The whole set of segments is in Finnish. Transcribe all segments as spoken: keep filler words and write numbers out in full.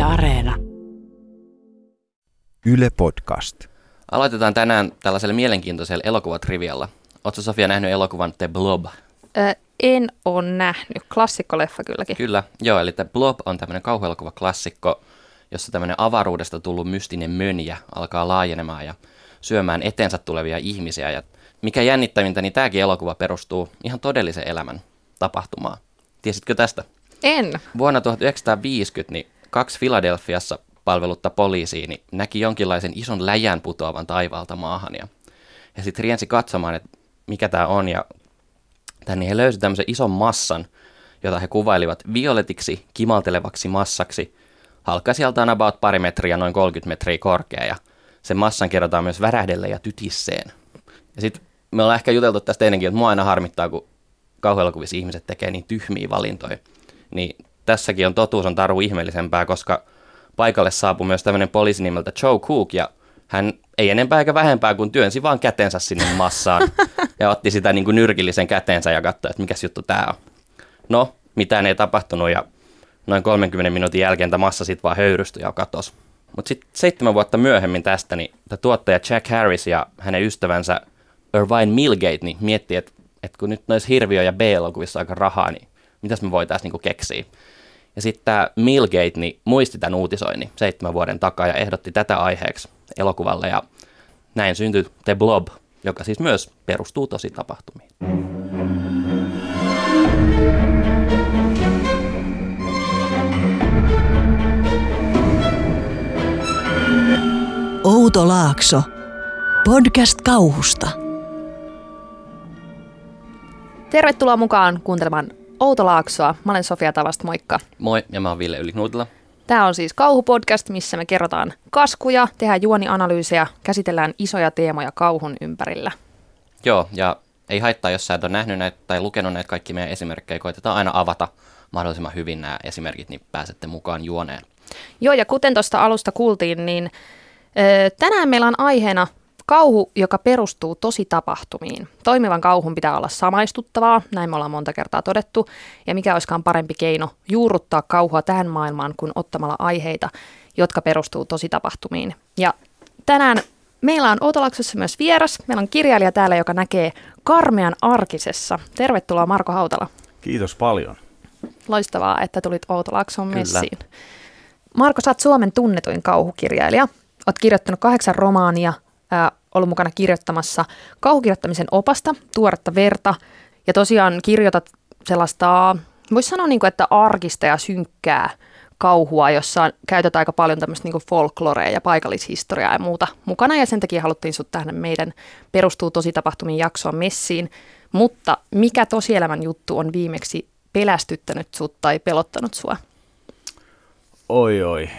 Areena. Yle Podcast. Aloitetaan tänään tällaisella mielenkiintoisella elokuvatrivialla. Oletko Sofia nähnyt elokuvan The Blob? Ö, en ole nähnyt. Klassikkoleffa kylläkin. Kyllä, joo, eli The Blob on tämmöinen kauhuelokuvaklassikko, jossa tämmöinen avaruudesta tullut mystinen mönjä alkaa laajenemaan ja syömään eteensä tulevia ihmisiä. Ja mikä jännittävintä, niin tämäkin elokuva perustuu ihan todellisen elämän tapahtumaan. Tiesitkö tästä? En. Vuonna tuhatyhdeksänsataaviisikymmentä niin kaksi Filadelfiassa palvelutta poliisia niin näki jonkinlaisen ison läjän putoavan taivaalta maahan. Ja he sitten riensi katsomaan, että mikä tämä on. Ja tänne he löysivät tämmöisen ison massan, jota he kuvailivat violetiksi, kimaltelevaksi massaksi. Halkaisijaltaan about pari metriä, noin kolmekymmentä metriä korkea. Ja sen massan kerrotaan myös värähdelle ja tytisseen. Ja sitten me ollaan ehkä juteltu tästä ennenkin, että mua aina harmittaa, kun kauhuelokuvissa ihmiset tekee niin tyhmiä valintoja. Niin tässäkin on totuus on taru ihmeellisempää, koska paikalle saapui myös tämmöinen poliisi nimeltä Joe Cook, ja hän ei enempää eikä vähempää kuin työnsi vaan kätensä sinne massaan ja otti sitä niin kuin nyrkillisen kätensä ja katsoi, että mikäs juttu tää on. No, mitään ei tapahtunut ja noin kolmenkymmenen minuutin jälkeen tämä massa sitten vaan höyrystyi ja katosi. Mutta sitten seitsemän vuotta myöhemmin tästä, niin tuottaja Jack Harris ja hänen ystävänsä Irvine Millgate niin miettii, että, että kun nyt noissa hirviö- ja B-elokuvissa aika rahaa, niin mitäs me voitaisiin niinku keksiä. Ja sitten tämä Millgate niin muisti tämän uutisoinnin seitsemän vuoden takaa ja ehdotti tätä aiheeksi elokuvalle. Ja näin syntyi The Blob, joka siis myös perustuu tosi tapahtumiin. Outo Laakso. Podcast kauhusta. Tervetuloa mukaan kuuntelemaan Outo Laaksoa. Mä olen Sofia Tavast, moikka. Moi, ja mä oon Ville Yli-Knuutila. Tämä on siis kauhupodcast, missä me kerrotaan kaskuja, tehdään juonianalyysejä, käsitellään isoja teemoja kauhun ympärillä. Joo, ja ei haittaa, jos sä et ole nähnyt näitä tai lukenut näitä kaikki meidän esimerkkejä. Koitetaan aina avata mahdollisimman hyvin nämä esimerkit, niin pääsette mukaan juoneen. Joo, ja kuten tuosta alusta kuultiin, niin ö, tänään meillä on aiheena kauhu, joka perustuu tositapahtumiin. Toimivan kauhun pitää olla samaistuttavaa, näin me ollaan monta kertaa todettu, ja mikä olisikaan parempi keino juurruttaa kauhua tähän maailmaan kuin ottamalla aiheita, jotka perustuu tositapahtumiin. Ja tänään meillä on Outo Laaksossa myös vieras. Meillä on kirjailija täällä, joka näkee karmean arkisessa. Tervetuloa Marko Hautala. Kiitos paljon. Loistavaa, että tulit Outo Laakson messiin. Marko, sä oot Suomen tunnetuin kauhukirjailija. Oot kirjoittanut kahdeksan romaania, Äh, ollut mukana kirjoittamassa kauhukirjoittamisen opasta, Tuoretta verta, ja tosiaan kirjoitat sellaista, voisi sanoa niin kuin, että arkista ja synkkää kauhua, jossa käytetään aika paljon tämmöistä niin kuin folklorea ja paikallishistoriaa ja muuta mukana, ja sen takia haluttiin sut tähän meidän perustuu tositapahtumiin jaksoon messiin, mutta mikä tosielämän juttu on viimeksi pelästyttänyt sut tai pelottanut sua? Oi oi.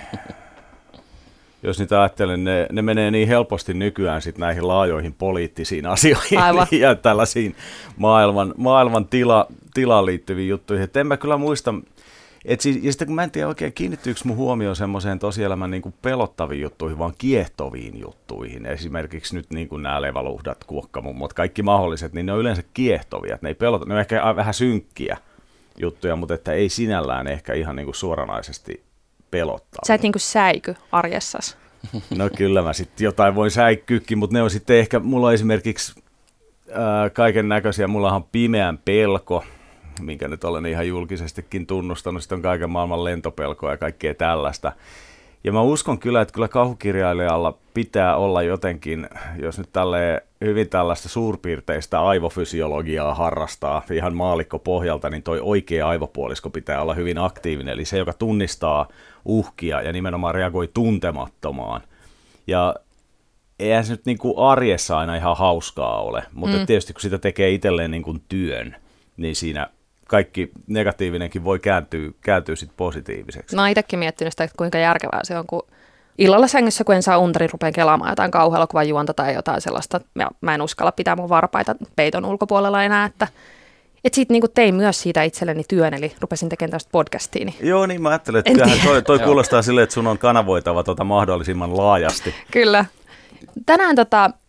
Jos niitä ajattelen, ne, ne menee niin helposti nykyään sit näihin laajoihin poliittisiin asioihin Aivan. ja tällaisiin maailman, maailman tila, tilaan liittyviin juttuihin. Et en mä kyllä muista, et siis, ja sitten kun mä en tiedä oikein kiinnittyykö mun huomioon semmoiseen tosielämän niin kuin pelottaviin juttuihin, vaan kiehtoviin juttuihin. Esimerkiksi nyt niin kuin nämä levaluhdat, kuokkamummot, kaikki mahdolliset, niin ne on yleensä kiehtovia. Ne, ei pelota, ne on ehkä vähän synkkiä juttuja, mutta että ei sinällään ehkä ihan niin kuin suoranaisesti pelottaa. Sä et niin kuin säiky arjessasi. No kyllä mä sitten jotain voin säikkyykin, mutta ne on sitten ehkä, mulla on esimerkiksi ää, kaiken näköisiä, mulla on pimeän pelko, minkä nyt olen ihan julkisestikin tunnustanut, sitten on kaiken maailman lentopelkoa ja kaikkea tällaista. Ja mä uskon kyllä, että kyllä kauhukirjailijalla pitää olla jotenkin, jos nyt tälleen hyvin tällaista suurpiirteistä aivofysiologiaa harrastaa ihan maallikkopohjalta, niin toi oikea aivopuolisko pitää olla hyvin aktiivinen, eli se, joka tunnistaa uhkia ja nimenomaan reagoi tuntemattomaan. Ja eihän se nyt niin kuin arjessa aina ihan hauskaa ole, mutta mm. tietysti kun sitä tekee itselleen niin kuin työn, niin siinä kaikki negatiivinenkin voi kääntyä, kääntyä sit positiiviseksi. Mä oon itsekin miettinyt sitä, että kuinka järkevää se on, kun illalla sängyssä, kun en saa unta, niin rupean kelaamaan jotain kauhuelokuvan juonta tai jotain sellaista. Ja mä en uskalla pitää mun varpaita peiton ulkopuolella enää, että et sit niinku tein myös siitä itselleni työn, eli rupesin tekemään tästä podcastia. Niin joo, niin mä ajattelen, että toi, toi kuulostaa silleen, että sun on kanavoitava tota mahdollisimman laajasti. Kyllä. Tänään tota,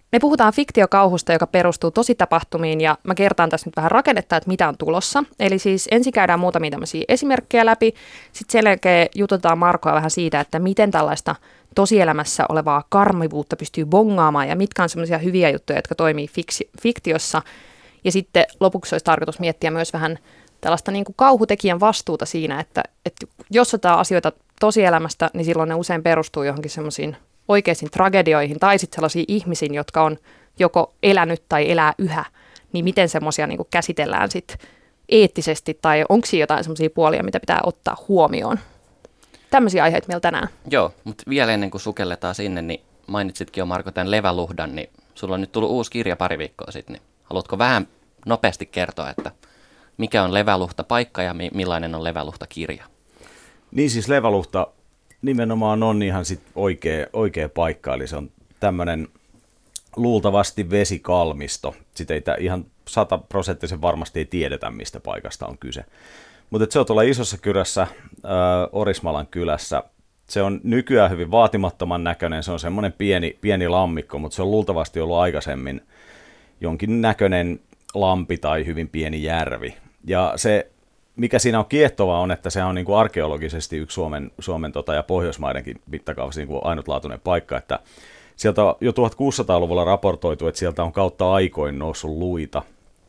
Me puhutaan fiktiokauhusta, joka perustuu tositapahtumiin, ja mä kertaan tässä nyt vähän rakennetta, että mitä on tulossa. Eli siis ensin käydään muutamia tämmöisiä esimerkkejä läpi, sitten sen jälkeen jututetaan Markoa vähän siitä, että miten tällaista tosielämässä olevaa karmivuutta pystyy bongaamaan, ja mitkä on semmoisia hyviä juttuja, jotka toimii fiksi, fiktiossa. Ja sitten lopuksi olisi tarkoitus miettiä myös vähän tällaista niin kuin kauhutekijän vastuuta siinä, että, että jos otetaan asioita tosielämästä, niin silloin ne usein perustuu johonkin semmoisiin oikeisiin tragedioihin tai sitten sellaisiin ihmisiin, jotka on joko elänyt tai elää yhä, niin miten semmoisia niin kuin käsitellään sitten eettisesti tai onko siinä jotain semmoisia puolia, mitä pitää ottaa huomioon. Tämmöisiä aiheita meillä tänään. Joo, mutta vielä ennen kuin sukelletaan sinne, niin mainitsitkin jo Marko tämän leväluhdan, niin sulla on nyt tullut uusi kirja pari viikkoa sitten, niin haluatko vähän nopeasti kertoa, että mikä on leväluhta paikka ja mi- millainen on leväluhta kirja? Niin siis leväluhta nimenomaan on ihan sit oikea, oikea paikka, eli se on tämmöinen luultavasti vesikalmisto. Sitä ei ihan sataprosenttisen varmasti ei tiedetä, mistä paikasta on kyse. Mutta se on tuolla Isossa Kyrässä, äh, Orismalan kylässä. Se on nykyään hyvin vaatimattoman näköinen, se on semmoinen pieni, pieni lammikko, mutta se on luultavasti ollut aikaisemmin jonkin näköinen lampi tai hyvin pieni järvi. Ja se, mikä siinä on kiehtovaa, on, että se on niin kuin arkeologisesti yksi Suomen, Suomen tota, ja Pohjoismaidenkin mittakaavassa niin kuin ainutlaatuinen paikka, että sieltä on jo tuhatkuusisataaluvulla raportoitu, että sieltä on kautta aikoin noussut luita.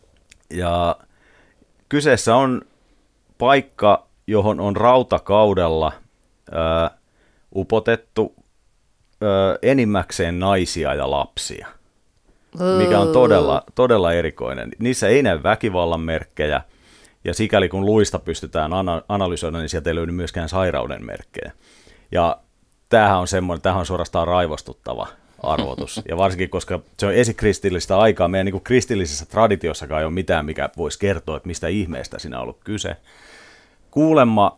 Ja kyseessä on paikka, johon on rautakaudella ää, upotettu ää, enimmäkseen naisia ja lapsia, mikä on todella, todella erikoinen. Niissä ei näy väkivallan merkkejä, ja sikäli kun luista pystytään ana- analysoida, niin sieltä ei löydy myöskään sairauden merkkejä. Ja tämähän on semmoinen, tämähän on suorastaan raivostuttava arvotus, ja varsinkin koska se on esikristillistä aikaa, meidän niin kuin kristillisessä traditiossakaan ei ole mitään, mikä voisi kertoa, että mistä ihmeestä siinä on ollut kyse. Kuulemma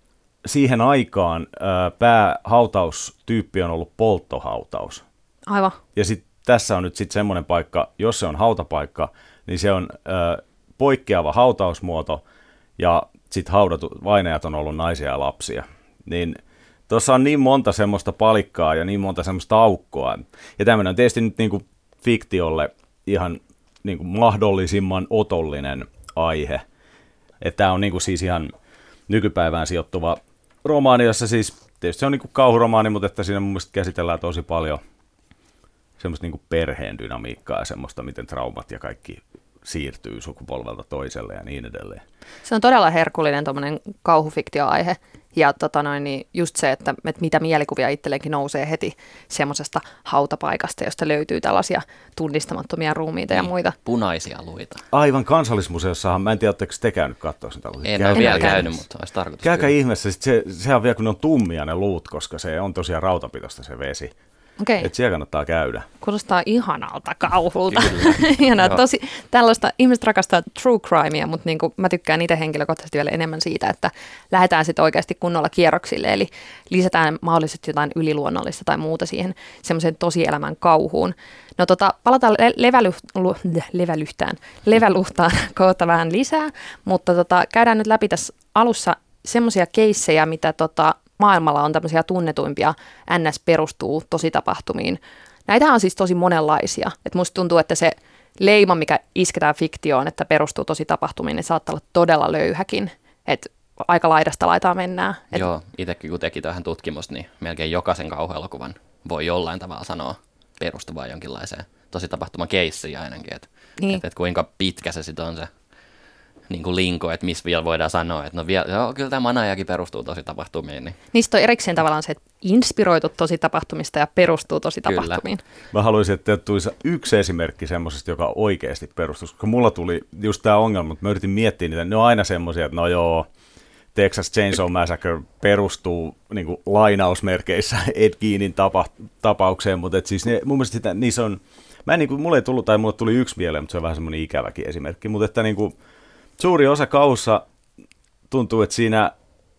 siihen aikaan ää, päähautaustyyppi on ollut polttohautaus. Aivan. Ja sitten tässä on nyt sitten semmoinen paikka, jos se on hautapaikka, niin se on ää, poikkeava hautausmuoto, ja sitten haudatut vainajat on ollut naisia ja lapsia. Niin tuossa on niin monta semmoista palikkaa ja niin monta semmoista aukkoa. Ja tämmöinen on tietysti nyt niin kuin fiktiolle ihan niin kuin mahdollisimman otollinen aihe. Että tämä on niin kuin siis ihan nykypäivään sijoittuva romaani, jossa siis tietysti se on niin kuin kauhuromaani, mutta että siinä mun mielestä käsitellään tosi paljon semmoista niin kuin perheen dynamiikkaa ja semmoista, miten traumat ja kaikki siirtyy sukupolvelta toiselle ja niin edelleen. Se on todella herkullinen tuommoinen kauhufiktioaihe. Ja tota noin, niin just se, että, että mitä mielikuvia itselleenkin nousee heti semmoisesta hautapaikasta, josta löytyy tällaisia tunnistamattomia ruumiita niin, ja muita. Punaisia luita. Aivan, Kansallismuseossahan, mä en tiedä, oletteko te käynyt katsoa sen tällaisia. En ole vielä käynyt, mutta olisi tarkoitus. Käykää ihmeessä, se, sehän on vielä kun ne on tummia ne luut, koska se on tosiaan rautapitoista se vesi. Okei. Että siellä kannattaa käydä. Kuulostaa ihanalta kauhulta. Ihanaa, tosi tällaista, ihmiset rakastaa true crimea, mutta niin kuin mä tykkään itse henkilökohtaisesti vielä enemmän siitä, että lähdetään sitten oikeasti kunnolla kierroksille, eli lisätään mahdollisesti jotain yliluonnollista tai muuta siihen semmoisen tosielämän kauhuun. No tota, palataan le- leväly- lu- levälyhtään, leväluhtaan kohta vähän lisää, mutta tota, käydään nyt läpi tässä alussa semmoisia keissejä, mitä tota, maailmalla on tämmöisiä tunnetuimpia, N S perustuu tositapahtumiin. Näitä on siis tosi monenlaisia. Et musta tuntuu, että se leima, mikä isketään fiktioon, että perustuu tositapahtumiin, niin saattaa olla todella löyhäkin. Et aika laidasta laitaa mennään. Et Joo, itsekin kun teki tähän tutkimusta, niin melkein jokaisen kauhuelokuvan voi jollain tavalla sanoa perustuvaa jonkinlaiseen tositapahtuman keissiin ainakin. Että niin. et, et kuinka pitkä se sitten on se niin kuin linko, että missä vielä voidaan sanoa, että no vielä, joo, kyllä tämä manajakin perustuu tositapahtumiin. Niin. Niistä on erikseen tavallaan se, että inspiroitu tositapahtumista ja perustuu tositapahtumiin. Kyllä. Mä haluaisin, että tulisi yksi esimerkki semmoisesta, joka oikeasti perustuu, koska mulla tuli just tämä ongelma, mutta mä yritin miettiä niitä, ne on aina semmoisia, että no joo, Texas Chainsaw Massacre perustuu niin kuin lainausmerkeissä Ed Geenin tapa, tapaukseen, mutta et siis ne, mun mielestä sitä, niissä on, mä en, niin kuin, mulle ei tullut, tai mulle tuli yksi mieleen, mutta se on vähän semmoinen ikäväkin esimerkki, mutta että niin kuin, suuri osa kauhussa tuntuu, että siinä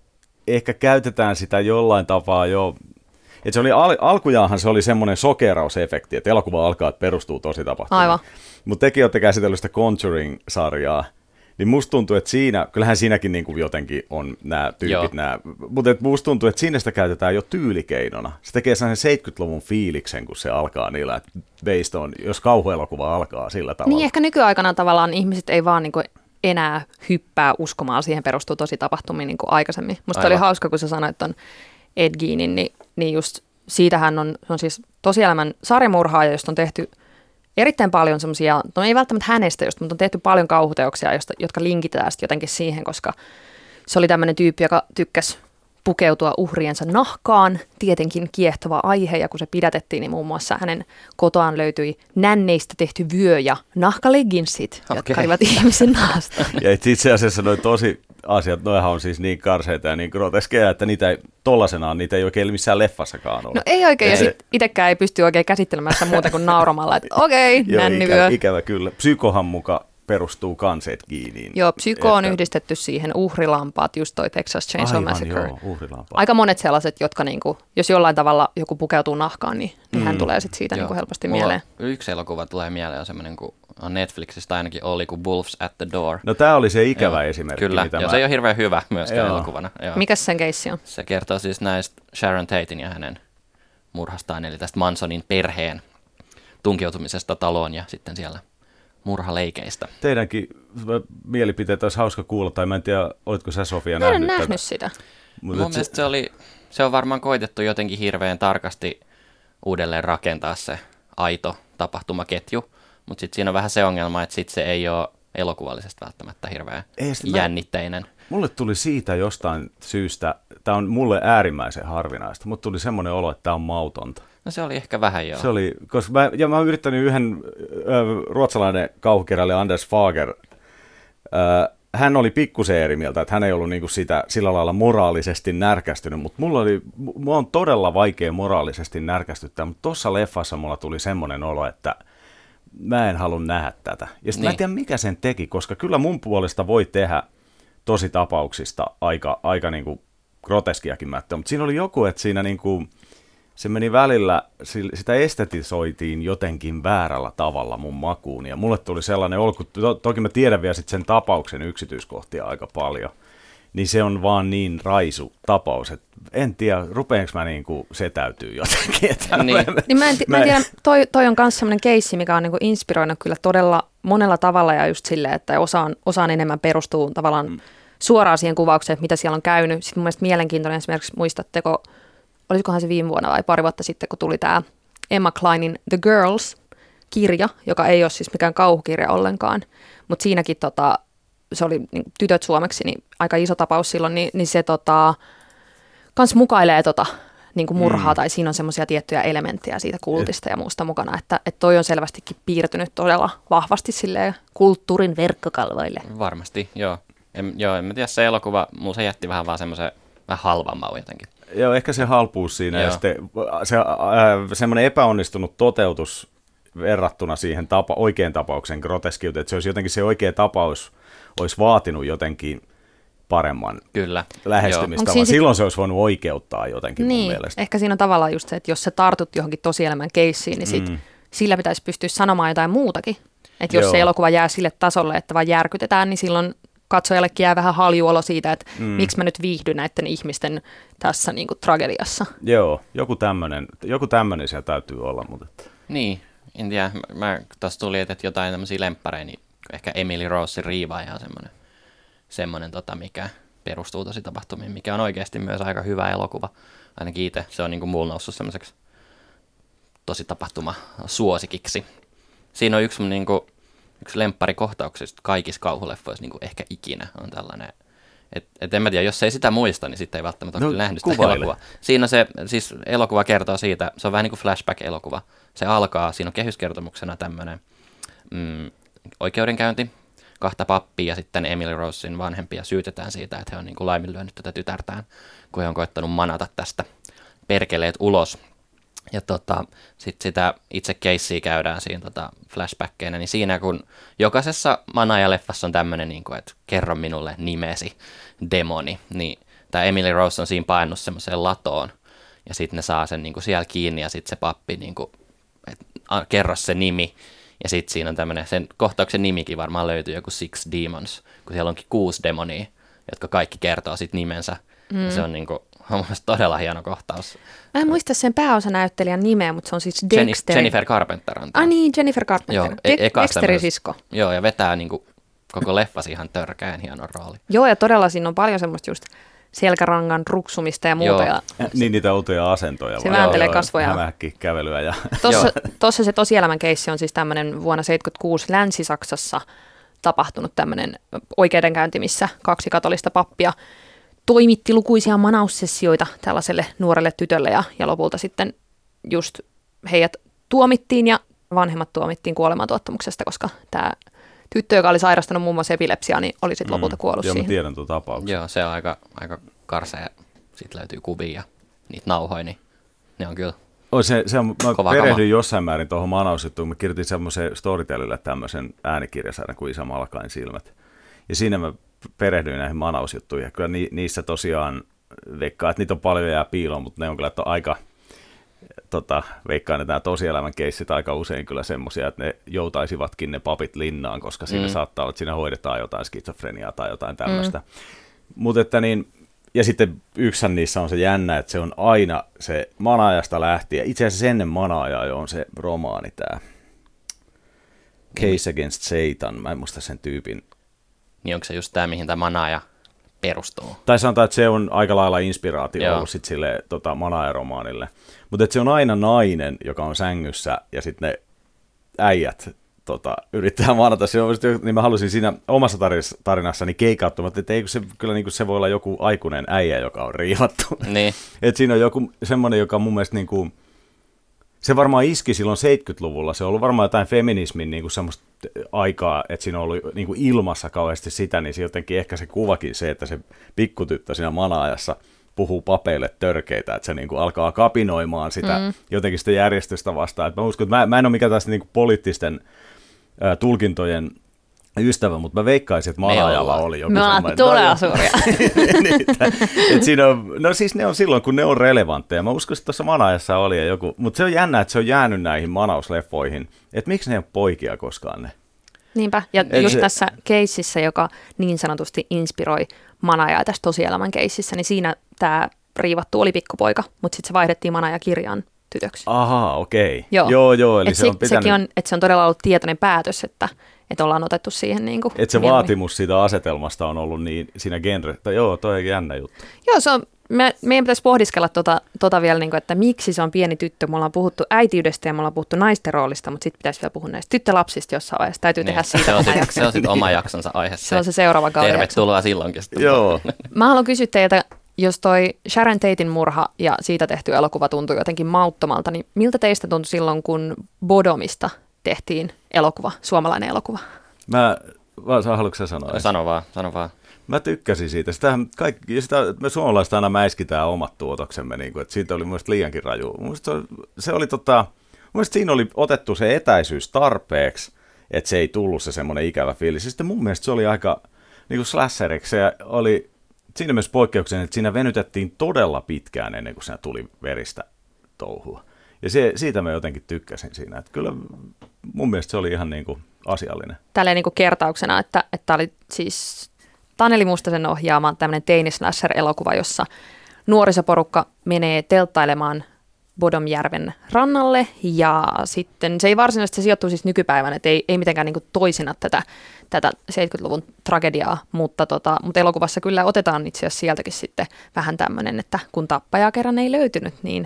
ehkä käytetään sitä jollain tapaa jo, että se oli al- alkujaanhan se oli semmoinen sokerausefekti, että elokuva alkaa, että perustuu tositapahtumaan. Aivan. Mutta tekin olette käsitellyt sitä Conjuring-sarjaa, Niin musta tuntuu, että siinä, kyllähän siinäkin niin kuin jotenkin on nämä tyypit, nämä, mutta musta tuntuu, että siinä sitä käytetään jo tyylikeinona. Se tekee sellaisen seitsemänkymmentäluvun fiiliksen, kun se alkaa niillä, että based on, jos kauhuelokuva alkaa sillä tavalla. Niin ehkä nykyaikana tavallaan ihmiset ei vaan niin kuin enää hyppää uskomaan, siihen perustuu tosi tapahtumiin niin kuin aikaisemmin. Musta Aivan. oli hauska, kun sä sanoit ton Ed Geenin, niin, niin just siitähän on, on siis tosielämän sarjamurhaaja, josta on tehty erittäin paljon semmoisia, no ei välttämättä hänestä just, mutta on tehty paljon kauhuteoksia, josta, jotka linkitetään sitten jotenkin siihen, koska se oli tämmöinen tyyppi, joka tykkäsi pukeutua uhriensa nahkaan, tietenkin kiehtova aihe, ja kun se pidätettiin, niin muun muassa hänen kotoaan löytyi nänneistä tehty vyö ja nahkalegginsit, okay. jotka olivat ihmisen nahasta. Ja itse asiassa noi tosi asiat, noihan on siis niin karseita ja niin groteskeja, että niitä ei tollasenaan, niitä ei oikein missään leffassakaan ole. No ei oikein, ja, ja sit itsekään ei pysty oikein käsittelemään sitä muuta kuin nauramalla, että okei, okay, nännivyö. Ikävä, ikävä kyllä. Psykohan muka perustuu kanseet Geeniin. Joo, psyko on että yhdistetty siihen uhrilampaat, just toi Texas Chainsaw Aivan, Massacre. Joo, uhrilampaat. Aika monet sellaiset, jotka niinku, jos jollain tavalla joku pukeutuu nahkaan, niin mm. hän tulee sit siitä niinku helposti Mulla mieleen. Yksi elokuva tulee mieleen on semmoinen, kun on Netflixistä ainakin oli, kuin Wolves at the Door. No tää oli se ikävä joo, esimerkki. Kyllä, mitä ja mä... se ei ole hirveän hyvä myöskään joo. elokuvana. Joo. Mikäs sen keissi on? Se kertoo siis näistä Sharon Tatein ja hänen murhastaan, eli tästä Mansonin perheen tunkeutumisesta taloon ja sitten siellä murhaleikeistä. Teidänkin mielipiteet olisi hauska kuulla, tai mä en tiedä, oletko sä Sofia mä nähnyt, nähnyt tätä? sitä. Mun mielestä se, oli, se on varmaan koitettu jotenkin hirveän tarkasti uudelleen rakentaa se aito tapahtumaketju, mutta sitten siinä on vähän se ongelma, että sit se ei ole elokuvallisesti välttämättä hirveän ei, jännitteinen. Mä, mulle tuli siitä jostain syystä, tämä on mulle äärimmäisen harvinaista, mutta tuli semmoinen olo, että tämä on mautonta. No se oli ehkä vähän joo. Se oli, koska mä, ja mä oon yrittänyt yhden äh, ruotsalainen kauhukirjailija Anders Fager, äh, hän oli pikkusen eri mieltä, että hän ei ollut niinku sitä sillä lailla moraalisesti närkästynyt, mutta mulla oli, mulla on todella vaikea moraalisesti närkästyttää, mutta tuossa leffassa mulla tuli semmoinen olo, että mä en halua nähdä tätä. Ja sitten niin. Mä en tiedä, mikä sen teki, koska kyllä mun puolesta voi tehdä tosi tapauksista aika, aika niinku groteskiakin mättöä, mutta siinä oli joku, että siinä niinku se meni välillä, sitä estetisoitiin jotenkin väärällä tavalla mun makuun, ja mulle tuli sellainen olo, to, toki mä tiedän vielä sit sen tapauksen yksityiskohtia aika paljon, niin se on vaan niin raisu tapaus, että en tiedä, rupeanko mä niinku setäytyy jotenkin. Niin. Mä, niin mä, en, mä en tiedä, toi, toi on myös sellainen keissi, mikä on niinku inspiroinut kyllä todella monella tavalla, ja just silleen, että osaan, osaan enemmän perustuu tavallaan mm. suoraan siihen kuvaukseen, että mitä siellä on käynyt. Sitten mun mielestä mielenkiintoinen esimerkiksi, muistatteko, olisikohan se viime vuonna vai pari vuotta sitten, kun tuli tämä Emma Kleinin The Girls-kirja, joka ei ole siis mikään kauhukirja ollenkaan, mutta siinäkin tota, se oli niin, tytöt suomeksi, niin aika iso tapaus silloin, niin, niin se tota, kans mukailee tota, niin kuin murhaa, mm. tai siinä on semmoisia tiettyjä elementtejä siitä kultista Et. ja muusta mukana, että, että toi on selvästikin piirtynyt todella vahvasti silleen kulttuurin verkkokalvoille. Varmasti, joo. En, joo, en mä tiedä, se elokuva, mulla se jätti vähän vaan semmoisen vähän halvan maun jotenkin. Joo, ehkä se halpuus siinä, joo. Ja sitten se, äh, semmoinen epäonnistunut toteutus verrattuna siihen tapa, oikean tapauksen groteskiuteen, että se olisi jotenkin se oikea tapaus, olisi vaatinut jotenkin paremman Kyllä. lähestymistavan. Silloin sit se olisi voinut oikeuttaa jotenkin niin, mun mielestä. Ehkä siinä on tavallaan just se, että jos sä tartut johonkin tosielämän keissiin, niin sit mm. sillä pitäisi pystyä sanomaan jotain muutakin. Että jos Joo. se elokuva jää sille tasolle, että vaan järkytetään, niin silloin katsojallekin jää vähän haljuolo siitä, että mm. miksi mä nyt viihdyn näiden ihmisten tässä niin kuin tragediassa. Joo, joku tämmöinen, joku tämmöinen siellä täytyy olla. Mutta niin, en tiedä. Mä, tuossa tuli, että jotain tämmöisiä lemppareja, niin ehkä Emily Rosein Riivaaja on semmoinen, semmoinen tota, mikä perustuu tosi tapahtumiin, mikä on oikeasti myös aika hyvä elokuva. Ainakin itse se on niin kuin mulla noussut semmoiseksi tosi tapahtuma suosikiksi. Siinä on yksi niin kuin Yksi lempparikohtauksista kaikissa kauhuleffoissa niin kuin ehkä ikinä on tällainen, että et en mä tiedä, jos ei sitä muista, niin sitten ei välttämättä no, ole nähnyt sitä elokuvaa. Siinä se, siis elokuva kertoo siitä, se on vähän niin kuin flashback-elokuva. Se alkaa, siinä on kehyskertomuksena tämmöinen mm, oikeudenkäynti, kahta pappia ja sitten Emily Rosein vanhempia syytetään siitä, että he on niin kuin laiminlyönyt tätä tytärtään, kun he on koettanut manata tästä perkeleet ulos. Ja tota, sitten sitä itse keissiä käydään siinä tota flashbackkeinä, niin siinä kun jokaisessa manaajaleffassa on tämmöinen, niin kuin, että kerro minulle nimesi, demoni, niin tämä Emily Rose on siinä painunut semmoiseen latoon, ja sitten ne saa sen niin kuin siellä kiinni, ja sitten se pappi, niin kuin, että kerro se nimi, Ja sitten siinä on tämmöinen, sen kohtauksen nimikin varmaan löytyy joku Six Demons, kun siellä onkin kuusi demonia, jotka kaikki kertoo sitten nimensä. Mm. Ja se on niinku, on todella hieno kohtaus. Mä en muista sen pääosanäyttelijän nimeä, mutta se on siis Jenni, Dexter. Jennifer Carpenter on tämä. Ah niin, Jennifer Carpenter. Joo, De- e- Dexterin sisko. Joo, ja vetää niinku koko leffasi ihan törkeän hienon rooli. Joo, ja todella siinä on paljon semmoista just selkärangan ruksumista ja muuta. Ja niin niitä outoja asentoja. Se vääntelee kasvoja. Hämähäkki kävelyä. Ja Tossa, tossa se tosielämän keissi on siis tämmöinen vuonna seitsemänkymmentäkuusi Länsi-Saksassa tapahtunut tämmöinen oikeudenkäynti, missä kaksi katolista pappia toimitti lukuisia manaussessioita tällaiselle nuorelle tytölle ja, ja lopulta sitten just heidät tuomittiin ja vanhemmat tuomittiin kuolemantuottamuksesta, koska tämä tyttö, joka oli sairastanut muun muassa epilepsiaa, niin oli sitten lopulta kuollut mm, siihen. Joo, mä tiedän tuon tapauksen. Joo, se on aika, aika karsea. Sitten löytyy kuvia ja niitä nauhoja, niin ne on kyllä Oh, se, se on, mä kova perehdyin kama. jossain määrin tuohon manausjuttuun. Mä kirjoitin semmoisen Storytelille tämmöisen äänikirjasarjan kuin Isä Malkain silmät. Ja siinä mä perehdyin näihin manausjuttuihin. Ja kyllä ni, niissä tosiaan veikkaa, että niitä on paljon jää piiloon, mutta ne on kyllä aika, tota, veikkaan, että nämä tosielämän keissit aika usein kyllä semmoisia, että ne joutaisivatkin ne papit linnaan, koska siinä mm. saattaa olla, että siinä hoidetaan jotain skitsofreniaa tai jotain tämmöistä. Mm. Mutta että niin, ja sitten yksihän niissä on se jännä, että se on aina se manaajasta lähtien. Itse asiassa ennen manaajaa jo on se romaani tämä Case Against Satan. Mä en muista sen tyypin. Niin onko se just tämä, mihin tämä manaaja perustuu? Tai sanotaan, että se on aika lailla inspiraatio Joo. ollut sitten sille tota, manaajaromaanille. Mutta se on aina nainen, joka on sängyssä ja sitten ne äijät tota, yrittää manata. Niin mä halusin siinä omassa tarinassani keikauttua, että eikö se, kyllä niin kuin se voi olla joku aikuinen äijä, joka on riivattu. Niin. Et siinä on joku semmoinen, joka mun mielestä niin kuin, se varmaan iski silloin seitsemänkymmentäluvulla. Se on ollut varmaan jotain feminismin niin kuin semmoista aikaa, että siinä on ollut niin kuin ilmassa kauheasti sitä, niin se jotenkin ehkä se kuvakin se, että se pikkutyttö siinä manaajassa puhuu papeille törkeitä, että se niin kuin alkaa kapinoimaan sitä mm. jotenkin sitä järjestystä vastaan. Et mä uskon, että mä, mä en ole mikään tästä niin kuin poliittisten ä, tulkintojen ystävä, mutta mä veikkaisin, että manaajalla oli joku semmoinen. Me ollaan todella suuria. Et siinä on, no siis ne on silloin, kun ne on relevantteja. Mä uskon, että tuossa manaajassa oli joku, mutta se on jännä, että se on jäänyt näihin manausleffoihin. Että miksi ne ei ole poikia koskaan ne? Niinpä, ja Et just se, tässä keississä, joka niin sanotusti inspiroi manaajaa tässä tosielämän keississä, niin siinä tämä riivattu oli pikkupoika, mutta sitten se vaihdettiin manaajakirjaan tytöksi. Ahaa, okei. Joo, joo, joo eli et se, se on pitänyt... sekin on, että se on todella ollut tietoinen päätös, että että ollaan otettu siihen niin kuin että se mieluummin. vaatimus siitä asetelmasta on ollut niin siinä genre, että joo, toi on jännä juttu. Joo, se on, me, meidän pitäisi pohdiskella tota, tota vielä, niin kuin, että miksi se on pieni tyttö. Me ollaan puhuttu äitiydestä ja me ollaan puhuttu naisten roolista, mutta sitten pitäisi vielä puhua näistä tyttölapsista jossain vaiheessa. Täytyy niin, tehdä siitä se on oma sit, jakso. Se on sitten oma jaksonsa aihe. Se on se seuraava kauden Tervetuloa jakso. silloinkin. Joo. Mä haluan kysyä teiltä, jos toi Sharon Taten murha ja siitä tehty elokuva tuntui jotenkin mauttomalta, niin miltä teistä tuntui silloin, kun Bodomista tehtiin elokuva, suomalainen elokuva? Mä, vaan haluatko sä sanoa? Sano vaan, sano vaan. Mä tykkäsin siitä. Sitähän kaikki, sitä, me suomalaiset aina mäiskitään omat tuotoksemme, niin kuin, että siitä oli mun mielestä liiankin raju. Mun mielestä se, se oli tota, mun mielestä siinä oli otettu se etäisyys tarpeeksi, että se ei tullut se semmoinen ikävä fiilis. Ja sitten mun mielestä se oli aika niin kuin slasheriksi. Se oli siinä myös poikkeuksena, että siinä venytettiin todella pitkään ennen kuin siinä tuli veristä touhua. Ja se, siitä mä jotenkin tykkäsin siinä. Että kyllä mun mielestä se oli ihan niin kuin asiallinen. Tälleen niin kuin kertauksena, että tämä oli siis Taneli Mustasen ohjaama tämmöinen teini-slasher-elokuva, jossa nuorisoporukka menee telttailemaan Bodomjärven rannalle ja sitten se ei varsinaisesti se sijoittuu siis nykypäivänä, että ei, ei mitenkään niin kuin toisina tätä, tätä seitsemänkymmentäluvun tragediaa, mutta, tota, mutta elokuvassa kyllä otetaan itse asiassa sieltäkin sitten vähän tämmöinen, että kun tappajaa kerran ei löytynyt, niin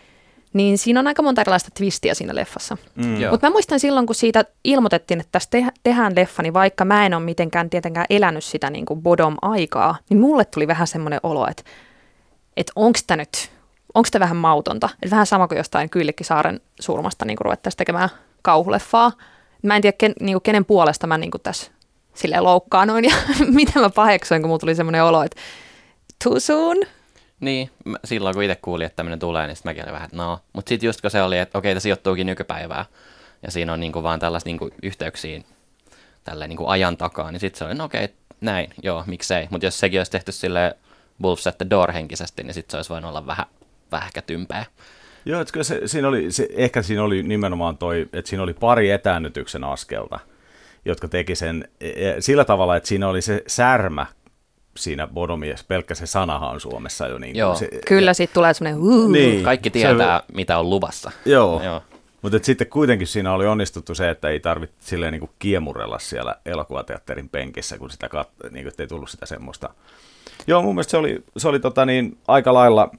niin siinä on aika monta erilaista twistiä siinä leffassa. Mm. Mutta mä muistan silloin, kun siitä ilmoitettiin, että tässä te- tehdään leffa, niin vaikka mä en ole mitenkään tietenkään elänyt sitä niin kuin Bodom-aikaa, niin mulle tuli vähän semmoinen olo, että, että onko tämä nyt, onko tämä vähän mautonta. Että vähän sama kuin jostain Kyllikkisaaren surmasta niin kuin ruvettaisiin tekemään kauhuleffaa. Mä en tiedä, ken, niin kuin kenen puolesta mä niin kuin tässä silleen loukkaanoin ja mitä mä paheksoin, kun mulla tuli semmoinen olo, että too soon. Niin, mä, silloin kun itse kuulin, että tämmöinen tulee, niin sitten mäkin olin vähän, että no. Mutta sitten just kun se oli, että okei, tämä sijoittuukin nykypäivään, ja siinä on niinku vaan tällaista niinku yhteyksiä tälleen niinku ajan takaa, niin sitten se oli, no okei, näin, joo, miksei. Mutta jos sekin olisi tehty silleen Wolves at the Door henkisesti, niin sitten se olisi voinut olla vähän, vähän ehkä tympeä. Joo, että se, siinä oli, se, ehkä siinä oli nimenomaan toi, että siinä oli pari etäännytyksen askelta, jotka teki sen sillä tavalla, että siinä oli se särmä siinä Bodomies, pelkkä se sanahan on Suomessa jo. Niin Joo. Se, Kyllä, siitä tulee semmoinen uh. niin, Kaikki tietää, se, mitä on luvassa. Joo, joo. Mutta sitten kuitenkin siinä oli onnistuttu se, että ei tarvitse silleen niin kuin kiemurella siellä elokuvateatterin penkissä, kun sitä kat- niin kuin, ei tullut sitä semmoista. Joo, mun mielestä se oli, se oli tota niin, aika lailla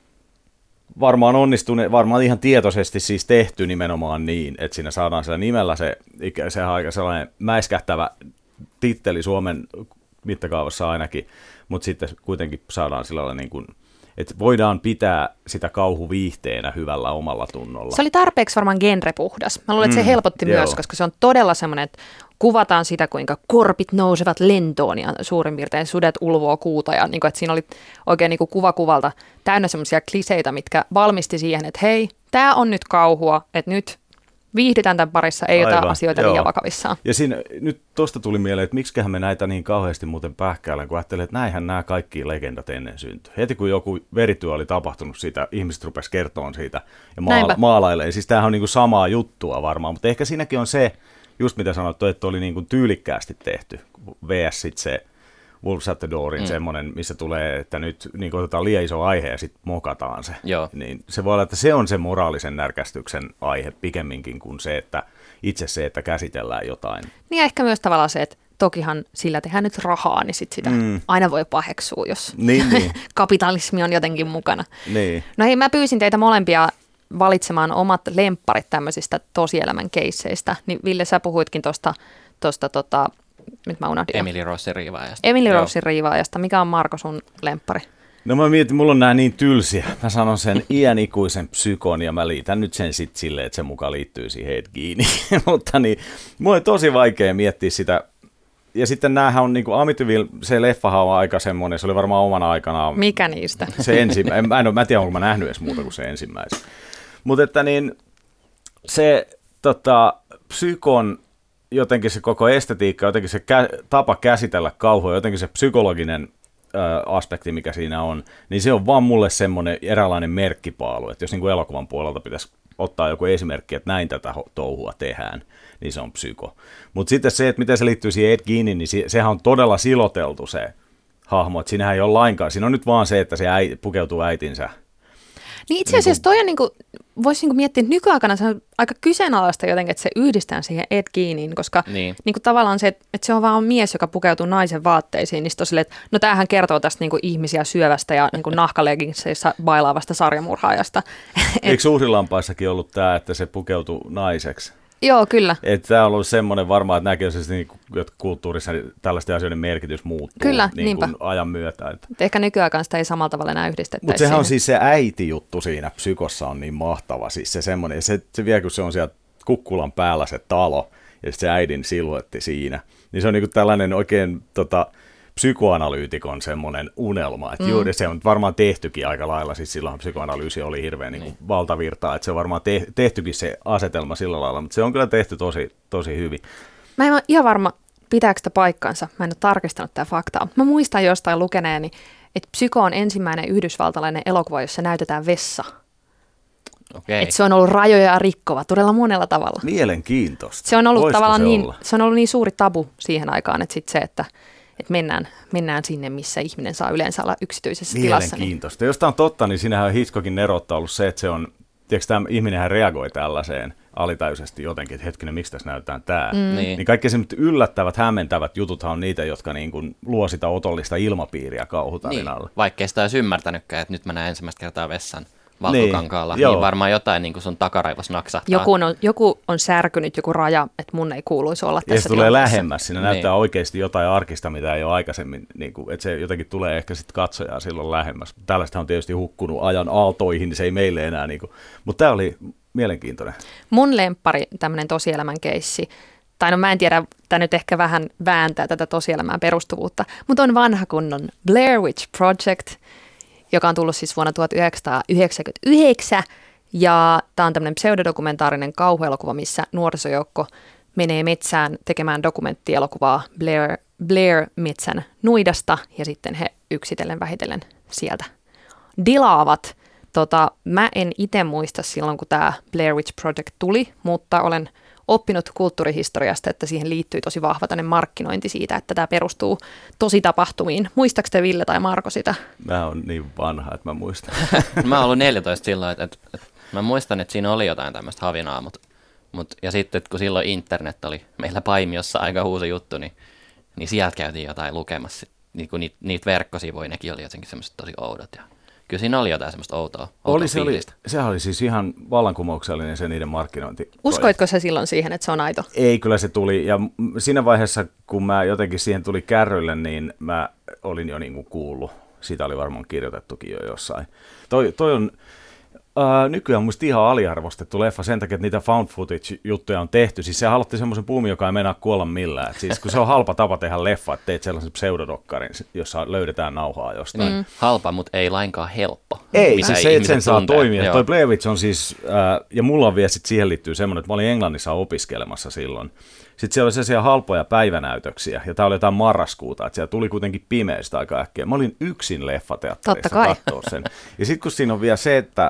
varmaan onnistunut, varmaan ihan tietoisesti siis tehty nimenomaan niin, että siinä saadaan sillä nimellä se, se aika sellainen mäiskähtävä titteli Suomen mittakaavassa ainakin, mutta sitten kuitenkin saadaan sillä lailla niin kuin, että voidaan pitää sitä kauhuviihteenä hyvällä omalla tunnolla. Se oli tarpeeksi varmaan genrepuhdas. Mä luulen, että se Mm, helpotti joo. myös, koska se on todella semmoinen, että kuvataan sitä, kuinka korpit nousevat lentoon ja suurin piirtein sudet ulvoo kuuta. Ja niin kuin, että siinä oli oikein niin kuin kuva kuvalta täynnä semmoisia kliseitä, mitkä valmisti siihen, että hei, tämä on nyt kauhua, että nyt viihdytään tämän parissa, ei ota Aivan, asioita joo. liian vakavissaan. Ja siinä nyt tuosta tuli mieleen, että miksiköhän me näitä niin kauheasti muuten pähkäällä, kun ajattelee, että näinhän nämä kaikki legendat ennen syntyi. Heti kun joku verityö oli tapahtunut siitä, ihmiset rupesi kertomaan siitä ja maala- maalailemaan. Siis tämähän on niin kuin samaa juttua varmaan, mutta ehkä siinäkin on se, just mitä sanottu, että oli niin kuin tyylikkäästi tehty, vs. sitten se Wolves at the Doorin mm. semmoinen, missä tulee, että nyt niin kuin otetaan liian iso aihe ja sitten mokataan se. Joo. Niin se voi olla, että se on se moraalisen närkästyksen aihe pikemminkin kuin se, että itse se, että käsitellään jotain. Niin ja ehkä myös tavallaan se, että tokihan sillä tehdään nyt rahaa, niin sit sitä mm. aina voi paheksua, jos niin, niin. kapitalismi on jotenkin mukana. Niin. No hei, mä pyysin teitä molempia valitsemaan omat lempparit tämmöisistä tosielämän keisseistä. Niin Ville, sä puhuitkin tuosta, tosta, tota, nyt mä unohdin. Emily Rossin riivaajasta. Emily Rossin riivaajasta. Mikä on Marko sun lemppari? No mä mietin, mulla on nää niin tylsiä. Mä sanon sen iän ikuisen psykon ja mä liitän nyt sen sitten silleen, että se mukaan liittyy siihen Ed Geiniin. Mutta niin, mulla on tosi vaikea miettiä sitä. Ja sitten näähän on niinku Amityville, se leffahan on aika semmoinen, se oli varmaan omana aikanaan. Mikä niistä? Se ensimmäinen, mä en ole, mä en tiedä, onko mä nähnyt edes muuta kuin se ensimmäisen. Mutta että niin, se tota, psykon jotenkin se koko estetiikka, jotenkin se kä- tapa käsitellä kauhua, jotenkin se psykologinen ö, aspekti, mikä siinä on, niin se on vaan mulle semmoinen eräänlainen merkkipaalu, että jos niin kuin elokuvan puolelta pitäisi ottaa joku esimerkki, että näin tätä touhua tehdään, niin se on psyko. Mutta sitten se, että miten se liittyy siihen Ed Geiniin, niin se, sehän on todella siloteltu se hahmo, että siinähän ei ole lainkaan, siinä on nyt vaan se, että se äi, pukeutuu äitinsä. Niin itse asiassa toi on niinku, voisi niinku miettiä, että nykyaikana se on aika kyseenalaista jotenkin, että se yhdistää siihen Ed Geiniin, koska niin. Niinku tavallaan se, että, että se on vaan mies, joka pukeutuu naisen vaatteisiin, niin sitten että no tämähän kertoo tästä niinku ihmisiä syövästä ja niinku nahkaleginsseissa bailaavasta sarjamurhaajasta. Eikö Uhrilampaissakin ollut tämä, että se pukeutuu naiseksi? Joo, kyllä. Että tämä on ollut semmoinen varmaan, että näkee se, niin, että kulttuurissa tällaisten asioiden merkitys muuttuu kyllä, niin kuin ajan myötä. Että. Ehkä nykyaikaan sitä ei samalla tavalla enää yhdistettäisi. Mutta sehän siihen. on siis se äiti-juttu siinä psykossa on niin mahtava. Siis se semmoinen, se, se vielä kun se on siellä kukkulan päällä se talo ja se äidin siluetti siinä, niin se on niin kuin tällainen oikein tota, psykoanalyytikon semmoinen unelma. Että mm. juuri se on varmaan tehtykin aika lailla, siis silloin psykoanalyysi oli hirveän niin kuin valtavirtaa, että se on varmaan te- tehtykin se asetelma sillä lailla, mutta se on kyllä tehty tosi, tosi hyvin. Mä en ole ihan varma, pitääkö sitä paikkansa. Mä en ole tarkistanut tätä faktaa. Mä muistan jostain lukeneeni, että Psyko on ensimmäinen yhdysvaltalainen elokuva, jossa näytetään vessa. Okay. Että se on ollut rajoja rikkova todella monella tavalla. Mielenkiintoista. Se on ollut Voisiko tavallaan se niin, olla? se on ollut niin suuri tabu siihen aikaan, että sit se, että että mennään, mennään sinne, missä ihminen saa yleensä olla yksityisessä tilassa. Mielenkiintoista. Niin. Jos tämä on totta, niin siinähän on Hitchcockin nerotta ollut se, että se on, tiedätkö, tämä ihminenhän reagoi tällaiseen alitajuisesti jotenkin, että hetkinen, miksi tässä näytetään tämä. Mm. Niin. Niin kaikki semmoiset yllättävät, hämmentävät jututhan on niitä, jotka niin kuin luo sitä otollista ilmapiiriä kauhutarinalle. Niin. Vaikkei sitä olisi ymmärtänytkään, että nyt mä näen ensimmäistä kertaa vessan valkokankaalla, niin, niin varmaan jotain niin kuin sun takaraivos naksahtaa. Joku on, joku on särkynyt, joku raja, että mun ei kuuluisi olla tässä ja se tulee tilanteessa. lähemmäs, siinä niin. näyttää oikeasti jotain arkista, mitä ei ole aikaisemmin, niin kuin, että se jotenkin tulee ehkä sitten katsojaa silloin lähemmäs. Tällaista on tietysti hukkunut ajan aaltoihin, niin se ei meille enää, niin kuin, mutta tämä oli mielenkiintoinen. Mun lemppari, tämmöinen tosielämän keissi, tai no mä en tiedä, tämä nyt ehkä vähän vääntää tätä tosielämään perustuvuutta, mutta on vanha kunnon Blair Witch Project, joka on tullut siis vuonna tuhatyhdeksänsataayhdeksänkymmentäyhdeksän, ja tämä on tämmöinen pseudodokumentaarinen kauhuelokuva, missä nuorisojoukko menee metsään tekemään dokumenttielokuvaa Blair, Blair metsän nuidasta, ja sitten he yksitellen vähitellen sieltä dilaavat tota, mä en itse muista silloin, kun tämä Blair Witch Project tuli, mutta olen oppinut kulttuurihistoriasta, että siihen liittyy tosi vahva tänne markkinointi siitä, että tämä perustuu tosi tapahtumiin. Muistaako te Ville tai Marko sitä? Mä oon niin vanha, että mä muistan. Mä oon ollut neljätoista silloin, että, että, että mä muistan, että siinä oli jotain tämmöistä havinaa, mutta, mutta, ja sitten kun silloin internet oli meillä Paimiossa aika uusi juttu, niin, niin sieltä käytiin jotain lukemassa. Niin kun niitä, niitä verkkosivuja, nekin oli jotenkin semmoiset tosi oudot. Ja kyllä siinä oli jotain semmoista outoa, outoa oli, se oli, sehän oli siis ihan vallankumouksellinen se niiden markkinointi. Uskoitko sä silloin siihen, että se on aito? Ei, kyllä se tuli. Ja siinä vaiheessa, kun mä jotenkin siihen tuli kärrylle, niin mä olin jo niin kuin kuullut. Siitä oli varmaan kirjoitettukin jo jossain. Toi, toi on äh, nykyään musta ihan aliarvostettu leffa sen takia, että niitä found footage-juttuja on tehty. Siis se aloitti semmoisen buumin, joka ei meinaa kuolla millään. Et siis kun se on halpa tapa tehdä leffa, että teet sellaisen pseudodokkarin, jossa löydetään nauhaa jostain. Mm. Halpa, mutta ei lainkaan helppo. Ei, siis se, että sen saa tuntee. toimia. Joo. Toi Blair Witch on siis, äh, ja mulla on vielä sit siihen liittyy semmoinen, että mä olin Englannissa opiskelemassa silloin. Sitten siellä oli sellaisia halpoja päivänäytöksiä, ja tää oli jotain marraskuuta, että siellä tuli kuitenkin pimeistä aika äkkiä. Mä olin yksin leffateatterissa katsoa sen. Ja sitten kun siinä on vielä se, että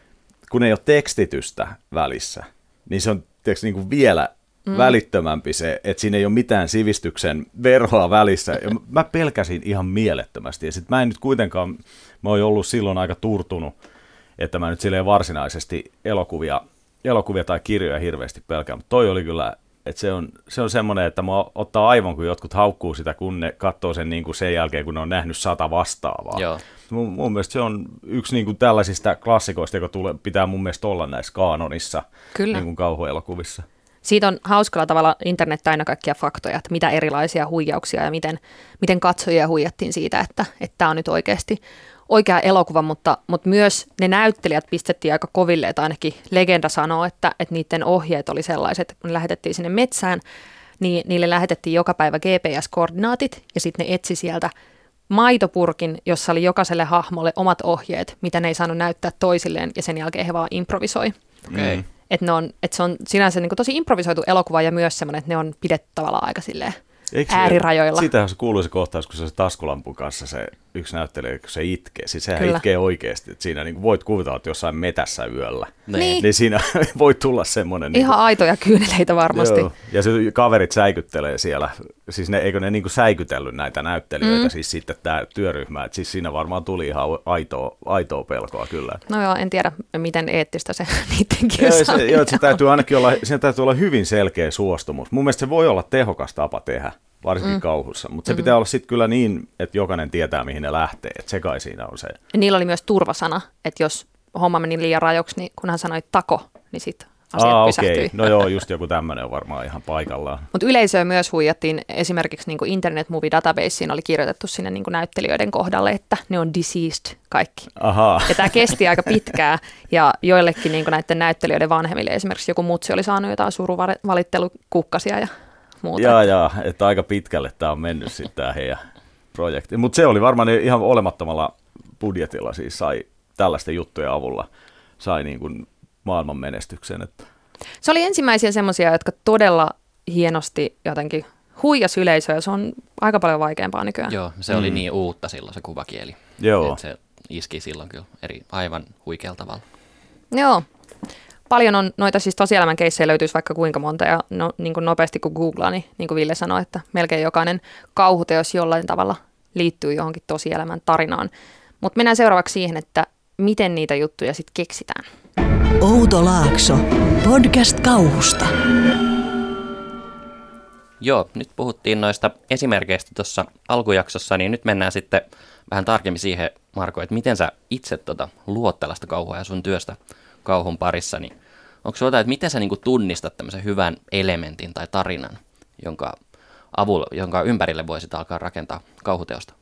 kun ei ole tekstitystä välissä, niin se on tiiäks, niin kuin vielä mm. välittömämpi se, että siinä ei ole mitään sivistyksen verhoa välissä. Ja mä pelkäsin ihan mielettömästi. Ja sitten mä en nyt kuitenkaan, mä oon ollut silloin aika turtunut, että mä nyt silleen varsinaisesti elokuvia, elokuvia tai kirjoja hirveästi pelkään. Mutta toi oli kyllä, että se on, se on semmoinen, että mä ottaa aivon, kun jotkut haukkuu sitä, kun ne katsoo sen niin kuin sen jälkeen, kun ne on nähnyt sata vastaavaa. Joo. Mun, mun mielestä se on yksi niin kuin tällaisista klassikoista, joka tulee, pitää mun mielestä olla näissä kaanonissa niin kuin kauhuelokuvissa. Siitä on hauskalla tavalla internet täynnä kaikkia faktoja, että mitä erilaisia huijauksia ja miten, miten katsojia huijattiin siitä, että tämä on nyt oikeasti oikea elokuva, mutta, mutta myös ne näyttelijät pistettiin aika koville, että ainakin legenda sanoo, että, että niiden ohjeet oli sellaiset, että kun ne lähetettiin sinne metsään, niin niille lähetettiin joka päivä G P S-koordinaatit ja sitten ne etsi sieltä maitopurkin, jossa oli jokaiselle hahmolle omat ohjeet, mitä ne ei saanut näyttää toisilleen, ja sen jälkeen he vaan improvisoi. Okay. Että et se on sinänsä niin kuin tosi improvisoitu elokuva, ja myös semmoinen, että ne on pidetty tavallaan aika silleen Eikö äärirajoilla. Siitähän se kuuluu se kohtaus, kun se, se taskulampun kanssa se yksi näyttelijä, kun se itkee. Siis sehän Kyllä. itkee oikeasti. Että siinä niin kuin voit kuvitella, että jossain metässä yöllä. Niin. Niin siinä voi tulla semmoinen. Ihan niin kuin, aitoja kyyneleitä varmasti. Joo. Ja se kaverit säikyttelee siellä. Siis ne, eikö ne niin kuin säikytellyt näitä näyttelijöitä, mm. siis sitten tämä työryhmä. Että siis siinä varmaan tuli ihan aitoa, aitoa pelkoa kyllä. No joo, en tiedä, miten eettistä se niiden kiusaaminen Joo, se täytyy ainakin olla, siinä täytyy olla hyvin selkeä suostumus. Mun mielestä se voi olla tehokas tapa tehdä, varsinkin mm. kauhussa. Mutta se mm-hmm. pitää olla sitten kyllä niin, että jokainen tietää, mihin ne lähtee. Että se kai siinä on se. Niillä oli myös turvasana, että jos homma meni liian rajoksi, niin kun hän sanoi tako, niin sitten asiat Aa, pysähtyi. Okay. No joo, just joku tämmöinen on varmaan ihan paikallaan. Mutta yleisöä myös huijattiin. Esimerkiksi niin kuin Internet Movie Databaseen oli kirjoitettu sinne niin kuin näyttelijöiden kohdalle, että ne on deceased kaikki. Ahaa. Ja tämä kesti aika pitkään, ja joillekin niin kuin näiden näyttelijöiden vanhemmille esimerkiksi joku mutsi oli saanut jotain suruvalittelukukkasia ja muuta. Jaa, jaa, että aika pitkälle tämä on mennyt sitten tämä heidän projekti. Mutta se oli varmaan ihan olemattomalla budjetilla, siis sai tällaisten juttujen avulla, sai niin kuin maailman menestyksen. Että. Se oli ensimmäisiä semmoisia, jotka todella hienosti jotenkin huijasi yleisöä, se on aika paljon vaikeampaa nykyään. Joo, se oli mm. niin uutta silloin se kuvakieli. Joo. Se iski silloin kyllä eri, aivan huikealla tavalla. Joo. Paljon on noita siis tosielämän keissejä löytyisi vaikka kuinka monta, ja no, niin kuin nopeasti kun googlaa, niin, niin kuin Ville sanoi, että melkein jokainen kauhuteos jollain tavalla liittyy johonkin tosielämän tarinaan. Mutta mennään seuraavaksi siihen, että miten niitä juttuja sitten keksitään. Outo Laakso, podcast kauhusta. Joo, nyt puhuttiin noista esimerkkeistä tuossa alkujaksossa, niin nyt mennään sitten vähän tarkemmin siihen, Marko, että miten sä itse tota, luot tällaista kauhua ja sun työstä kauhun parissa, niin onko se jotain, että miten sä niinku tunnistat tämmöisen hyvän elementin tai tarinan, jonka, avulla, jonka ympärille voisit alkaa rakentaa kauhuteosta?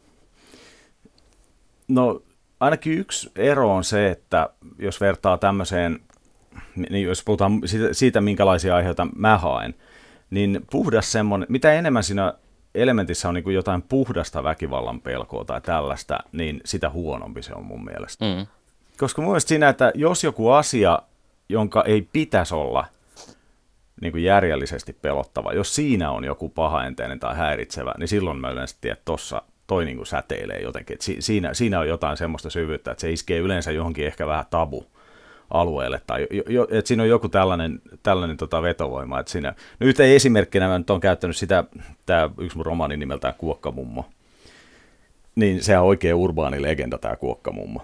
No ainakin yksi ero on se, että jos vertaa tämmöiseen, niin jos puhutaan siitä, siitä minkälaisia aiheita mä haen, niin puhdas semmoinen, mitä enemmän siinä elementissä on niin kuin jotain puhdasta väkivallan pelkoa tai tällaista, niin sitä huonompi se on mun mielestä. Mm. Koska mun mielestä siinä, että jos joku asia, jonka ei pitäisi olla niin kuin järjellisesti pelottava, jos siinä on joku pahaenteinen tai häiritsevä, niin silloin mä yleensä tiedän, että tossa, toi niin kuin säteilee jotenkin. Et si, siinä, siinä on jotain semmoista syvyyttä, että se iskee yleensä johonkin ehkä vähän tabu alueelle, tai jo, jo, että siinä on joku tällainen, tällainen tota vetovoima. Että siinä, no yhtenä esimerkkinä mä nyt olen käyttänyt sitä, tämä yksi mun romaani nimeltään Kuokkamummo, niin sehän on oikein urbaani legenda tämä Kuokkamummo.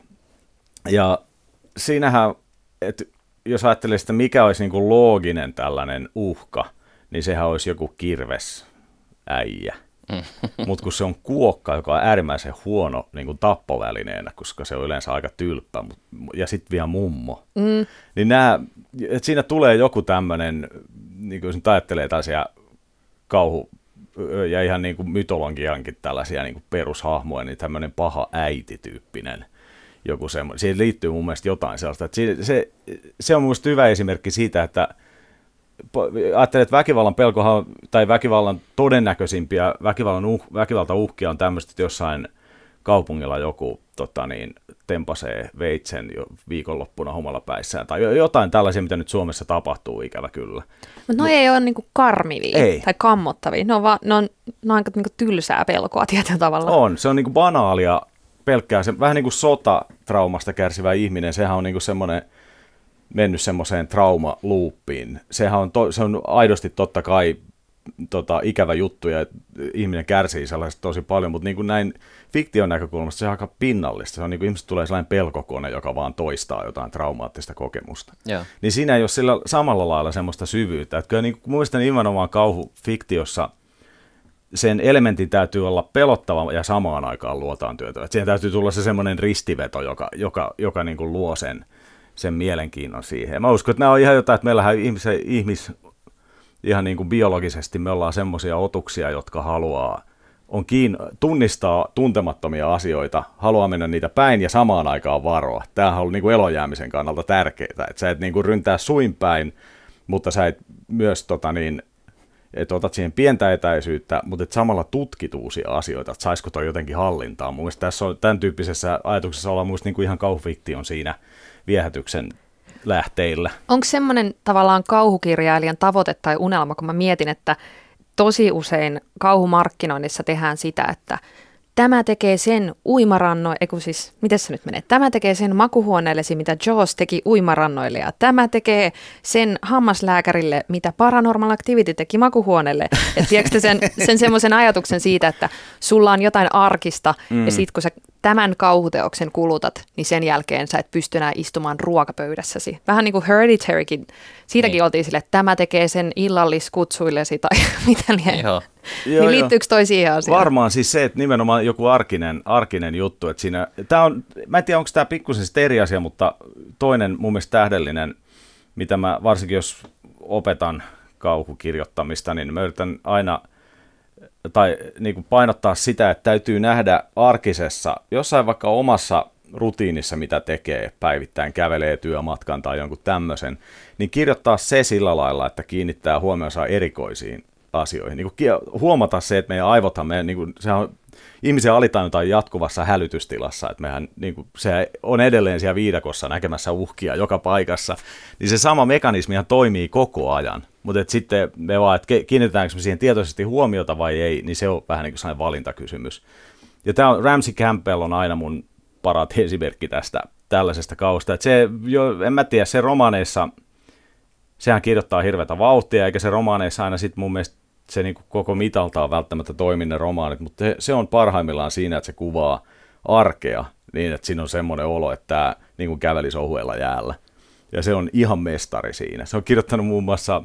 Ja siinähän, että jos ajattelee sitä, mikä olisi niin kuin looginen tällainen uhka, niin sehän olisi joku kirvesäijä. Mutta kun se on kuokka, joka on äärimmäisen huono niin kuin tappovälineenä, koska se on yleensä aika tylppä, ja sitten vielä mummo, mm. niin nää, et siinä tulee joku tämmöinen, niin kuin jos nyt ajattelee tällaisia kauhu- ja ihan niin kuin mytologiankin tällaisia niin kuin perushahmoja, niin tämmöinen paha äiti-tyyppinen joku semmoinen. Siihen liittyy mun mielestä jotain sellaista. Että se, se, se on mun mielestä hyvä esimerkki siitä, että ajattelee, että väkivallan pelkohan, tai väkivallan todennäköisimpiä väkivallan uh, väkivaltauhkia on tämmöistä, että jossain kaupungilla joku tota niin, tempasee veitsen jo viikonloppuna humalapäissään, tai jotain tällaisia, mitä nyt Suomessa tapahtuu, ikävä kyllä. Mutta noi ei ole niinku karmivia ei. tai kammottavia, ne on, vaan, ne on, ne on aika niinku tylsää pelkoa tietyllä tavalla. On, se on niinku banaalia pelkkää, se, vähän niin kuin sotatraumasta kärsivä ihminen, sehän on niinku semmoinen mennyt semmoiseen traumaluuppiin. Sehän on, to, se on aidosti totta kai tota, ikävä juttu ja ihminen kärsii sellaisesta tosi paljon, mutta niin kuin näin fiktion näkökulmasta se on aika pinnallista. Se on niin kuin ihmiset tulee sellainen pelkokone, joka vaan toistaa jotain traumaattista kokemusta. Ja. Niin siinä ei ole sillä samalla lailla semmoista syvyyttä. Että kyllä niin kuin muistan nimenomaan kauhufiktiossa sen elementin täytyy olla pelottava ja samaan aikaan luotaan työtä. Että siihen täytyy tulla se semmoinen ristiveto, joka, joka, joka niin kuin luo sen sen mielenkiinnon siihen. Ja mä uskon, että nämä on ihan jotain, että meillähän ihmis, ihmis ihan niin kuin biologisesti me ollaan semmoisia otuksia, jotka haluaa, on kiin, tunnistaa tuntemattomia asioita, haluaa mennä niitä päin ja samaan aikaan varoa. Tämähän on niin kuin elonjäämisen kannalta tärkeää, että sä et niin kuin ryntää suin päin, mutta sä et myös tota niin, että otat siihen pientä etäisyyttä, mutta et samalla tutkit uusia asioita, että saisiko toi jotenkin hallintaan. Mun mielestä tässä on tämän tyyppisessä ajatuksessa ollaan mun niin kuin ihan kauhufiktion siinä viehätyksen lähteillä. Onko semmoinen tavallaan kauhukirjailijan tavoite tai unelma, kun mä mietin, että tosi usein kauhumarkkinoinnissa tehdään sitä, että tämä tekee sen uimarannoille, eiku siis, miten se nyt menee, tämä tekee sen makuhuoneellesi, mitä Jaws teki uimarannoille, ja tämä tekee sen hammaslääkärille, mitä Paranormal Activity teki makuhuoneelle. Että tiedätkö sen, sen semmoisen ajatuksen siitä, että sulla on jotain arkista, mm. ja sitten kun sä tämän kauhuteoksen kulutat, niin sen jälkeen sä et pysty enää istumaan ruokapöydässäsi. Vähän niin kuin Hereditarykin, siitäkin niin. Oltiin sille, että tämä tekee sen illalliskutsuillesi, tai mitä liian. Joo. Joo, niin liittyykö toi siihen asiaan? Varmaan siis se, että nimenomaan joku arkinen, arkinen juttu. Että siinä, tää on, mä en tiedä, onko tämä pikkusen eri asia, mutta toinen mun mielestä tähdellinen, mitä mä varsinkin jos opetan kauhukirjoittamista, niin mä yritän aina tai niin kuin painottaa sitä, että täytyy nähdä arkisessa, jossain vaikka omassa rutiinissa, mitä tekee päivittäin, kävelee työmatkan tai jonkun tämmöisen, niin kirjoittaa se sillä lailla, että kiinnittää huomionsa erikoisiin asioihin. Niin kuin huomata se, että meidän aivothan, meidän, niin kuin, sehän on, ihmisen alitajunta on jatkuvassa hälytystilassa, että mehän, niin kuin, se on edelleen siellä viidakossa näkemässä uhkia joka paikassa, niin se sama mekanismihan toimii koko ajan, mutta sitten me vaan, että kiinnitetäänkö me siihen tietoisesti huomiota vai ei, niin se on vähän niin kuin sellainen valintakysymys. Ja tämä on, Ramsey Campbell on aina mun parat esimerkki tästä tällaisesta kausta, että se, jo, en mä tiedä, se romaaneissa, sehän kirjoittaa hirveätä vauhtia, eikä se romaaneissa aina sitten mun mielestä se niin kuin koko mitaltaan välttämättä toimi ne romaanit, mutta se on parhaimmillaan siinä, että se kuvaa arkea niin, että siinä on semmoinen olo, että tämä niin kuin kävelisi ohuella jäällä. Ja se on ihan mestari siinä. Se on kirjoittanut muun muassa,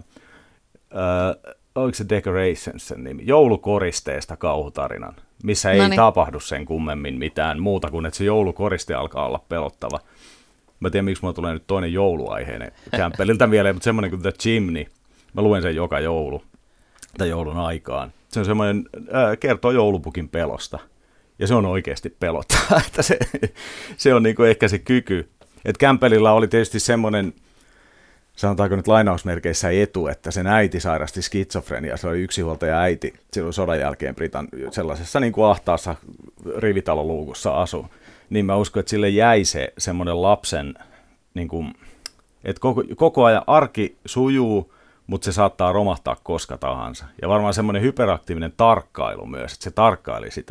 äh, oliko se Decorations sen nimi, joulukoristeesta kauhutarinan, missä ei Noniin. tapahdu sen kummemmin mitään muuta kuin, että se joulukoriste alkaa olla pelottava. Mä tiedän, miksi mulla tulee nyt toinen jouluaiheinen Campbelliltä mieleen, mutta semmoinen kuin The Chimney, mä luen sen joka joulu. Tai joulun aikaan. Se on semmoinen, äh, kertoo joulupukin pelosta. Ja se on oikeasti pelottava. Että se, se on niinku ehkä se kyky. Että Campbellilla oli tietysti semmoinen, sanotaanko nyt lainausmerkeissä etu, että sen äiti sairasti skitsofreniaa. Se oli yksinhuoltaja äiti silloin sodan jälkeen Britan sellaisessa niin kuin ahtaassa rivitaloluukussa asu. Niin mä uskon, että sille jäi se semmoinen lapsen, niin kuin, että koko, koko ajan arki sujuu, mutta se saattaa romahtaa koska tahansa. Ja varmaan semmoinen hyperaktiivinen tarkkailu myös, että se tarkkaili sitä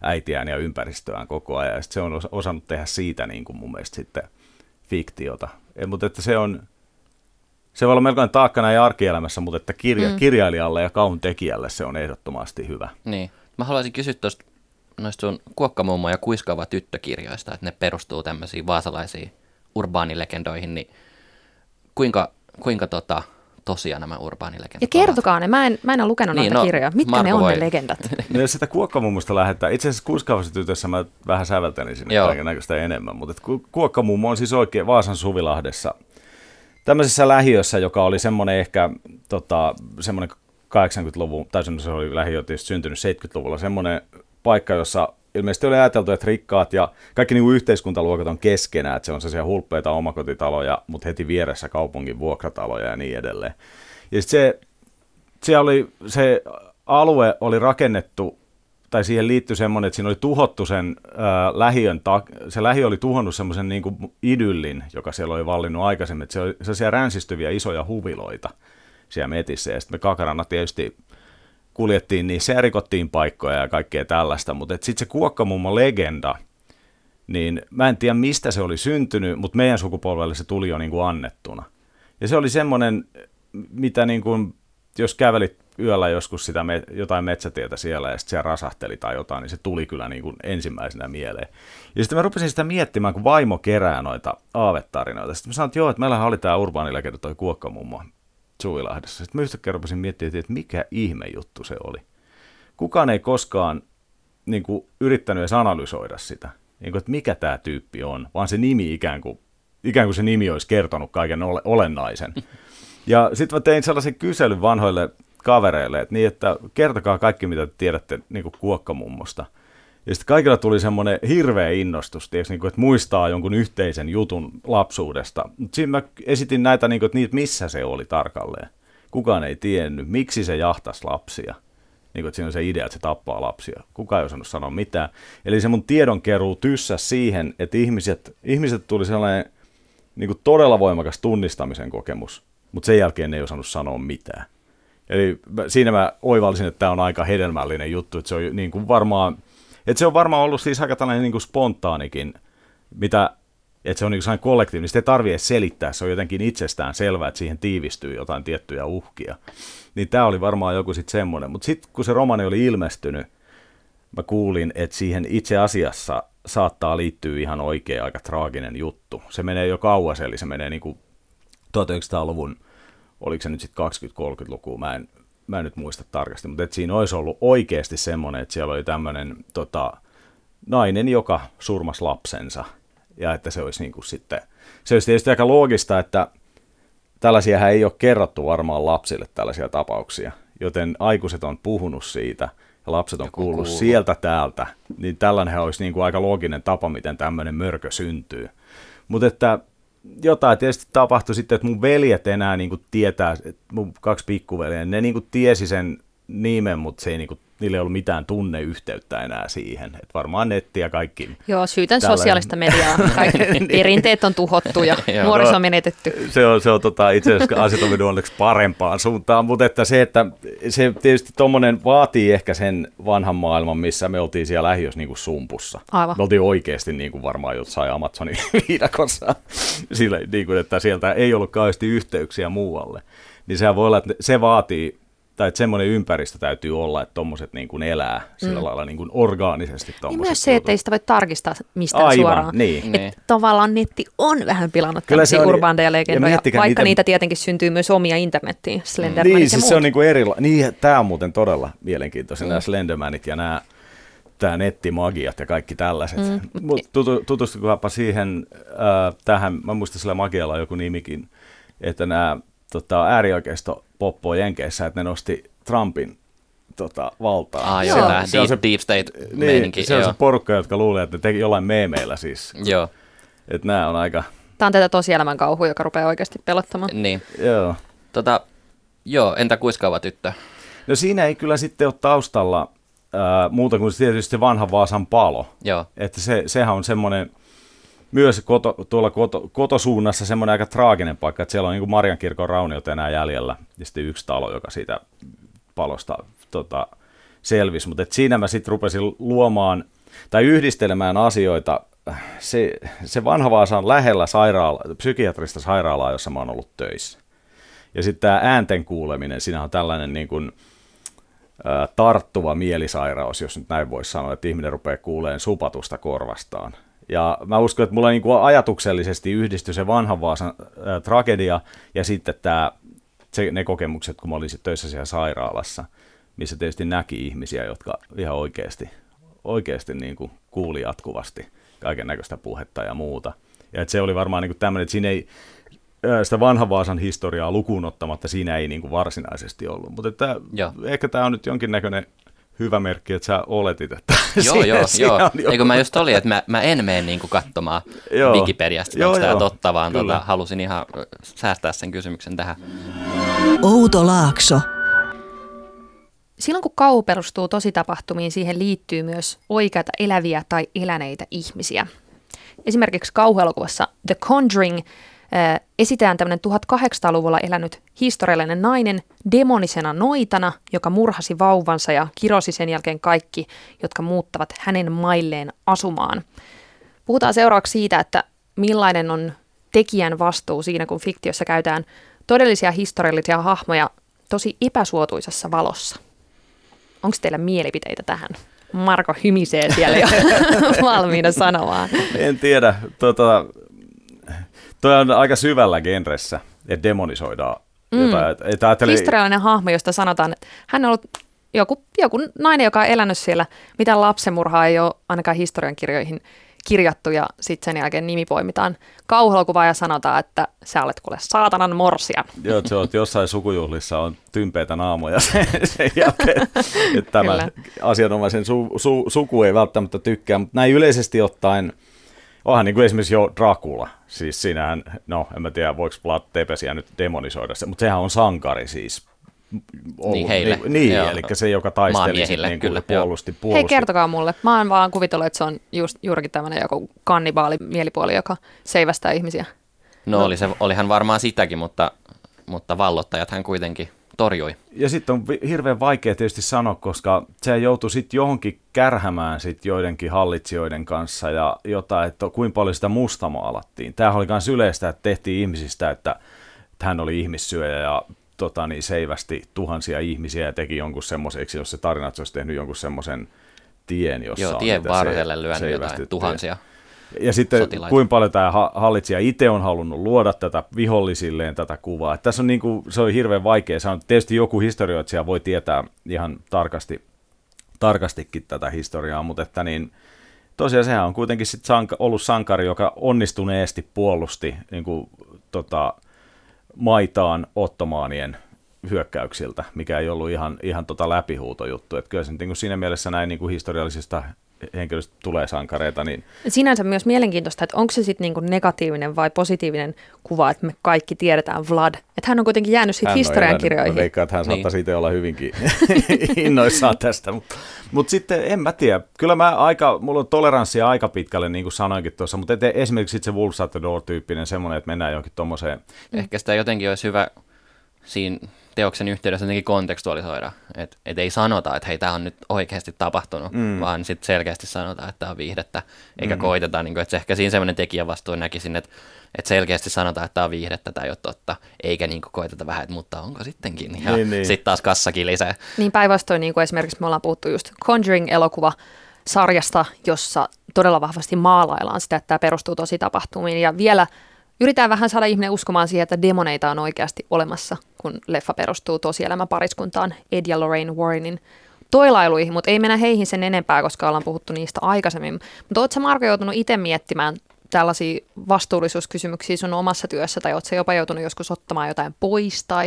äitiään ja ympäristöään koko ajan. Ja sit se on osannut tehdä siitä niin kuin mun mielestä sitten fiktiota. Et, mutta että se on, se voi olla melkoinen taakka näin arkielämässä, mutta että kirja, mm. kirjailijalle ja kauhun tekijälle se on ehdottomasti hyvä. Niin. Mä haluaisin kysyä tuosta noista sun Kuokkamummo ja Kuiskaava tyttökirjoista, että ne perustuu tämmöisiin vaasalaisiin urbaanilegendoihin, niin kuinka, kuinka tota, tosia nämä urbaanilegendat ja kertokaa ne, mä en, mä en ole lukenut niin, noita no, kirjoja. Mitkä Marko ne on voi. Ne legendat? No jos sitä Kuokkamummosta lähdetään, itse asiassa Kuiskaavassa tytössä mä vähän säveltelin sinne kaikennäköistä enemmän, mutta Kuokkamummo on siis oikein Vaasan Suvilahdessa tämmöisessä lähiössä, joka oli semmoinen ehkä tota, semmoinen kahdeksankymmentäluvun, tai se oli lähiö tietysti syntynyt seitsemänkymmentäluvulla, semmoinen paikka, jossa ilmeisesti oli ajateltu, että rikkaat ja kaikki niin kuin yhteiskuntaluokat on keskenään, että se on sellaisia hulppeita omakotitaloja, mutta heti vieressä kaupungin vuokrataloja ja niin edelleen. Ja sitten se, se, oli, se alue oli rakennettu, tai siihen liittyi semmoinen, että siinä oli tuhottu sen ää, lähiön, ta- se lähiö oli tuhonnut semmoisen niin kuin idyllin, joka siellä oli vallinnut aikaisemmin, että se oli sellaisia ränsistyviä isoja huviloita siellä metissä, ja sitten me kakarana tietysti kuljettiin niissä ja rikottiin paikkoja ja kaikkea tällaista, mutta sitten se Kuokkamummo legenda, niin mä en tiedä mistä se oli syntynyt, mutta meidän sukupolvelle se tuli jo niin kuin annettuna. Ja se oli semmoinen, mitä niin kuin, jos kävelit yöllä joskus sitä me, jotain metsätietä siellä ja sitten siellä rasahteli tai jotain, niin se tuli kyllä niin kuin ensimmäisenä mieleen. Ja sitten mä rupesin sitä miettimään, kun vaimo kerää noita aavetarinoita. Sitten mä sanoin, että joo, että meillähän oli tämä urbaanilegenda toi Kuokkamummo Suvilahdessa. Sitten mä yhtäkkiä rupesin miettimään, että mikä ihme juttu se oli. Kukaan ei koskaan niin kuin, yrittänyt edes analysoida sitä, niin kuin, että mikä tämä tyyppi on, vaan se nimi ikään kuin, ikään kuin se nimi olisi kertonut kaiken ole, olennaisen. Ja sitten mä tein sellaisen kyselyn vanhoille kavereille, että, niin, että kertokaa kaikki, mitä te tiedätte niin kuin Kuokkamummosta. Ja sitten kaikilla tuli semmoinen hirveä innostus, tiiäks, niin kuin, että muistaa jonkun yhteisen jutun lapsuudesta. Mutta siinä mä esitin näitä, niin kuin, että niitä, missä se oli tarkalleen. Kukaan ei tiennyt, miksi se jahtasi lapsia. Niin kuin, että siinä on se idea, että se tappaa lapsia. Kukaan ei osannut sanoa mitään. Eli se mun tiedonkeruu tyssäsi siihen, että ihmiset, ihmiset tuli sellainen niin kuin todella voimakas tunnistamisen kokemus, mutta sen jälkeen ne ei osannut sanoa mitään. Eli siinä mä oivallisin, että tämä on aika hedelmällinen juttu, että se on niin kuin varmaan... Että se on varmaan ollut siis aika tällainen niin kuin spontaanikin, mitä, että se on niin kuin sellainen kollektiivinen, sitä ei tarvitse edes selittää, se on jotenkin itsestään selvää, että siihen tiivistyy jotain tiettyjä uhkia. Niin tämä oli varmaan joku sitten semmoinen, mutta sitten kun se romani oli ilmestynyt, mä kuulin, että siihen itse asiassa saattaa liittyä ihan oikea aika traaginen juttu. Se menee jo kauas, eli se menee niin kuin tuhatyhdeksänsataaluvun, oliko se nyt sitten kaksikymmentä-kolmekymmentälukua, mä en... Mä en nyt muista tarkasti, mutta että siinä olisi ollut oikeasti semmoinen, että siellä oli tämmöinen tota, nainen, joka surmasi lapsensa. Ja että se olisi niin kuin sitten, se olisi tietysti aika loogista, että tällaisiahan ei ole kerrottu varmaan lapsille tällaisia tapauksia. Joten aikuiset on puhunut siitä ja lapset on kuullut kuullut sieltä täältä. Niin tällainen olisi niin kuin aika looginen tapa, miten tämmöinen mörkö syntyy. Mutta että jotain tietysti tapahtui sitten, että mun veljet enää niin kuin tietää, mun kaksi pikkuveljeä, ne niin kuin tiesi sen nimen, mutta se ei, niin kuin, niillä ei ollut mitään tunneyhteyttä enää siihen. Että varmaan netti ja kaikki. Joo, syytän tällainen sosiaalista mediaa. Kaikki perinteet on tuhottu ja nuoriso on menetetty. Se on, se on tota, itse asiassa asiat on onneksi parempaan suuntaan, mutta että se, että se tietysti tuommoinen vaatii ehkä sen vanhan maailman, missä me oltiin siellä lähiössä niin kuin sumpussa. Aivan. Me oltiin oikeasti niin kuin varmaan jossain Amazonin viidakossa, sillä, niin kuin, että sieltä ei ollut kauheasti yhteyksiä muualle. Niin sehän voi olla, että se vaatii, tai että semmoinen ympäristö täytyy olla, että tommoset niin kuin elää sillä mm. lailla niin kuin orgaanisesti. Niin myös se, että ei sitä voi tarkistaa mistään Aivan, suoraan. Niin. Että tavallaan netti on vähän pilannut tämmöisiä urbaandeja legendoja, vaikka niitä... niitä tietenkin syntyy myös omia internettiin, Slendermanit niin, ja siis muut. Se on niin kuin erila... niin, tämä on muuten todella mielenkiintoista, mm. nämä Slendermanit ja nämä tämä nettimagiat ja kaikki tällaiset. Mm. Mutta tutu, tutustukohapa siihen, äh, tähän, mä muistan sillä magialla on joku nimikin, että nämä tota, äärioikeisto poppoo Jenkeissä, että ne nosti Trumpin tota, valtaa. Ah, joo, se, se, se on se deep state meininki. Niin, se on joo. se porukka, jotka luulee, että ne teki jollain meemeillä siis. Joo. Että nämä on aika... Tämä on tätä tosielämän kauhua, joka rupeaa oikeasti pelottamaan. Niin. Joo. Tota, joo, entä Kuiskaava tyttö? No siinä ei kyllä sitten ole taustalla äh, muuta kuin tietysti se vanha Vaasan palo. Joo. Että se, sehän on semmoinen... Myös koto, tuolla koto, kotosuunnassa semmoinen aika traaginen paikka, että siellä on niin kuin Mariankirkon rauniot enää jäljellä, ja sitten yksi talo, joka siitä palosta tota, selvisi. Mutta siinä mä sitten rupesin luomaan tai yhdistelemään asioita. Se, se vanha Vaasa on lähellä sairaala, psykiatrista sairaalaa, jossa mä oon ollut töissä. Ja sitten tämä äänten kuuleminen, siinä on tällainen niin kuin, ä, tarttuva mielisairaus, jos nyt näin voisi sanoa, että ihminen rupeaa kuuleen supatusta korvastaan. Ja mä uskon, että mulla niin kuin ajatuksellisesti yhdistyi se vanhan Vaasan ä, tragedia ja sitten tämä, se, ne kokemukset, kun mä olin töissä siellä sairaalassa, missä tietysti näki ihmisiä, jotka ihan oikeasti, oikeasti niin kuin kuuli jatkuvasti kaiken näköistä puhetta ja muuta. Ja että se oli varmaan niin kuin tämmöinen, että siinä ei sitä vanhan Vaasan historiaa lukuun ottamatta siinä ei niin kuin varsinaisesti ollut. Mutta että ehkä tämä on nyt jonkinnäköinen hyvä merkki, että sä oletit, että joo, joo, joo. Eikö mä just oli, että mä, mä en mene niin kuin katsomaan joo. Wikipediasta, onko tämä totta, vaan tota, halusin ihan säästää sen kysymyksen tähän. Outo Laakso. Silloin kun kauhu perustuu tositapahtumiin, siihen liittyy myös oikeita eläviä tai eläneitä ihmisiä. Esimerkiksi kauhuelokuvassa The Conjuring äh, esitään tämmöinen tuhatkahdeksansataaluvulla elänyt historiallinen nainen demonisena noitana, joka murhasi vauvansa ja kirosi sen jälkeen kaikki, jotka muuttavat hänen mailleen asumaan. Puhutaan seuraavaksi siitä, että millainen on tekijän vastuu siinä, kun fiktiossa käytetään todellisia historiallisia hahmoja tosi epäsuotuisassa valossa. Onko teillä mielipiteitä tähän? Marko hymisee siellä jo valmiina sanomaan. En tiedä. Tota, toi on aika syvällä genressä, että demonisoidaan mm. jotain. Että ajatteli... Historiallinen hahmo, josta sanotaan, että hän on ollut joku, joku nainen, joka on elänyt siellä. Mitään lapsenmurhaa ei ole ainakaan historiankirjoihin kirjattu ja sitten sen jälkeen nimi poimitaan kauhuelokuvaan ja sanotaan, että sä olet kuule saatanan morsia. Joo, että olet jossain sukujuhlissa on tympeitä naamoja sen, sen jälkeen, että tämä asianomaisen su, su, suku ei välttämättä tykkää, mutta näin yleisesti ottaen, onhan niin kuin esimerkiksi jo Dracula, siis siinähän, no en mä tiedä voiko Vlad Tepesiä nyt demonisoida se, mutta sehän on sankari siis. Ollut. Niin heille. Niin, niin eli se, joka taisteli niin kyllä, puolusti, puolusti. Hei, kertokaa mulle. Mä oon vaan kuvitellut, että se on just, juurikin tämmöinen joku kannibaali mielipuoli, joka seivästää ihmisiä. No, no. Oli se, olihan varmaan sitäkin, mutta, mutta vallottajat hän kuitenkin torjui. Ja sitten on hirveän vaikea tietysti sanoa, koska se joutui sitten johonkin kärhämään sit joidenkin hallitsijoiden kanssa ja jotain, että kuinka paljon sitä mustamaalattiin. Tämähän oli myös yleistä, että tehtiin ihmisistä, että, että hän oli ihmissyöjä ja Tota, niin seivästi tuhansia ihmisiä ja teki jonkun semmoiseksi, jos se tarina olisi tehnyt jonkun semmoisen tien, jossa Joo, tien varrelle lyönyt jotain tuhansia ja sitten sotilaita. Kuinka paljon tämä hallitsija itse on halunnut luoda tätä vihollisilleen tätä kuvaa. Että tässä on niin kuin, se on hirveän vaikea. Se on tietysti joku historioitsija voi tietää ihan tarkasti, tarkastikin tätä historiaa, mutta että niin, tosiaan sehän on kuitenkin sit sanka, ollut sankari, joka onnistuneesti puolusti niin kuin, tota, maitaan ottomaanien hyökkäyksiltä, mikä ei ollut ihan, ihan tota läpihuutojuttu. Että kyllä se niin kuin siinä mielessä näin niin kuin historiallisista henkilöistä tulee sankareita. Niin sinänsä myös mielenkiintoista, että onko se sitten niin kuin negatiivinen vai positiivinen kuva, että me kaikki tiedetään Vlad. Että hän on kuitenkin jäänyt sitten historiankirjoihin. Mä veikkaan, että hän saattaa niin. Siitä olla hyvinkin innoissaan tästä. Mutta mut sitten en mä tiedä. Kyllä mä aika, mulla on toleranssia aika pitkälle, niin kuin sanoinkin tuossa, mutta esimerkiksi se Wolves at the Door-tyyppinen semmoinen, että mennään johonkin tommoseen. Ehkä sitä jotenkin olisi hyvä siinä teoksen yhteydessä jotenkin kontekstualisoida, että et ei sanota, että hei, tämä on nyt oikeasti tapahtunut, mm. vaan sitten selkeästi sanotaan, että tämä on viihdettä, eikä mm. koiteta, niin kuin, että se ehkä siinä sellainen tekijävastuu näkisin, että, että selkeästi sanotaan, että tämä on viihdettä, tämä ei ole totta, eikä niin kuin koiteta vähän, että mutta onko sittenkin, ja niin, niin. sitten taas kassakin lisää. Niin päinvastoin, niin kuin esimerkiksi me ollaan puhuttu just Conjuring-elokuva sarjasta, jossa todella vahvasti maalaillaan sitä, että tämä perustuu tosi tapahtumiin, ja vielä yritetään vähän saada ihminen uskomaan siihen, että demoneita on oikeasti olemassa, kun leffa perustuu tosielämäpariskuntaan Ed ja Lorraine Warrenin toilailuihin, mutta ei mennä heihin sen enempää, koska ollaan puhuttu niistä aikaisemmin. Mutta ootko sä, Marko, joutunut itse miettimään tällaisia vastuullisuuskysymyksiä sun omassa työssä, tai ootko sä jopa joutunut joskus ottamaan jotain pois? Tai?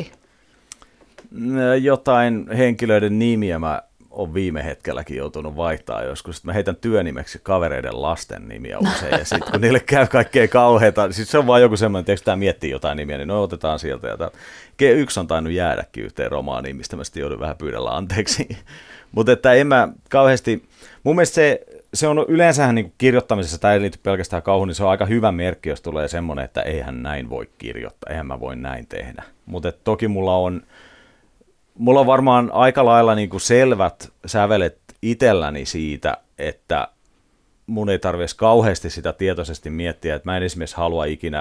Jotain henkilöiden nimiä mä on viime hetkelläkin joutunut vaihtaa joskus. Mä heitän työnimeksi kavereiden lasten nimiä usein, ja sitten kun niille käy kaikkea kauheata, siis se on vaan joku semmoinen, että eikö tämä miettii jotain nimiä, niin no otetaan sieltä. Ja yksi on tainnut jäädäkin yhteen romaaniin, mistä mä sitten joudun vähän pyydellä anteeksi. Mutta että en mä kauheasti, mun mielestä se, se on yleensähän niin kirjoittamisessa, tämä ei liity pelkästään kauhuun, niin se on aika hyvä merkki, jos tulee semmoinen, että eihän näin voi kirjoittaa, eihän mä voi näin tehdä. Mutta toki mulla on, Mulla on varmaan aika lailla niin kuin selvät sävelet itselläni siitä, että mun ei tarvitse kauheasti sitä tietoisesti miettiä, että mä en esimerkiksi halua ikinä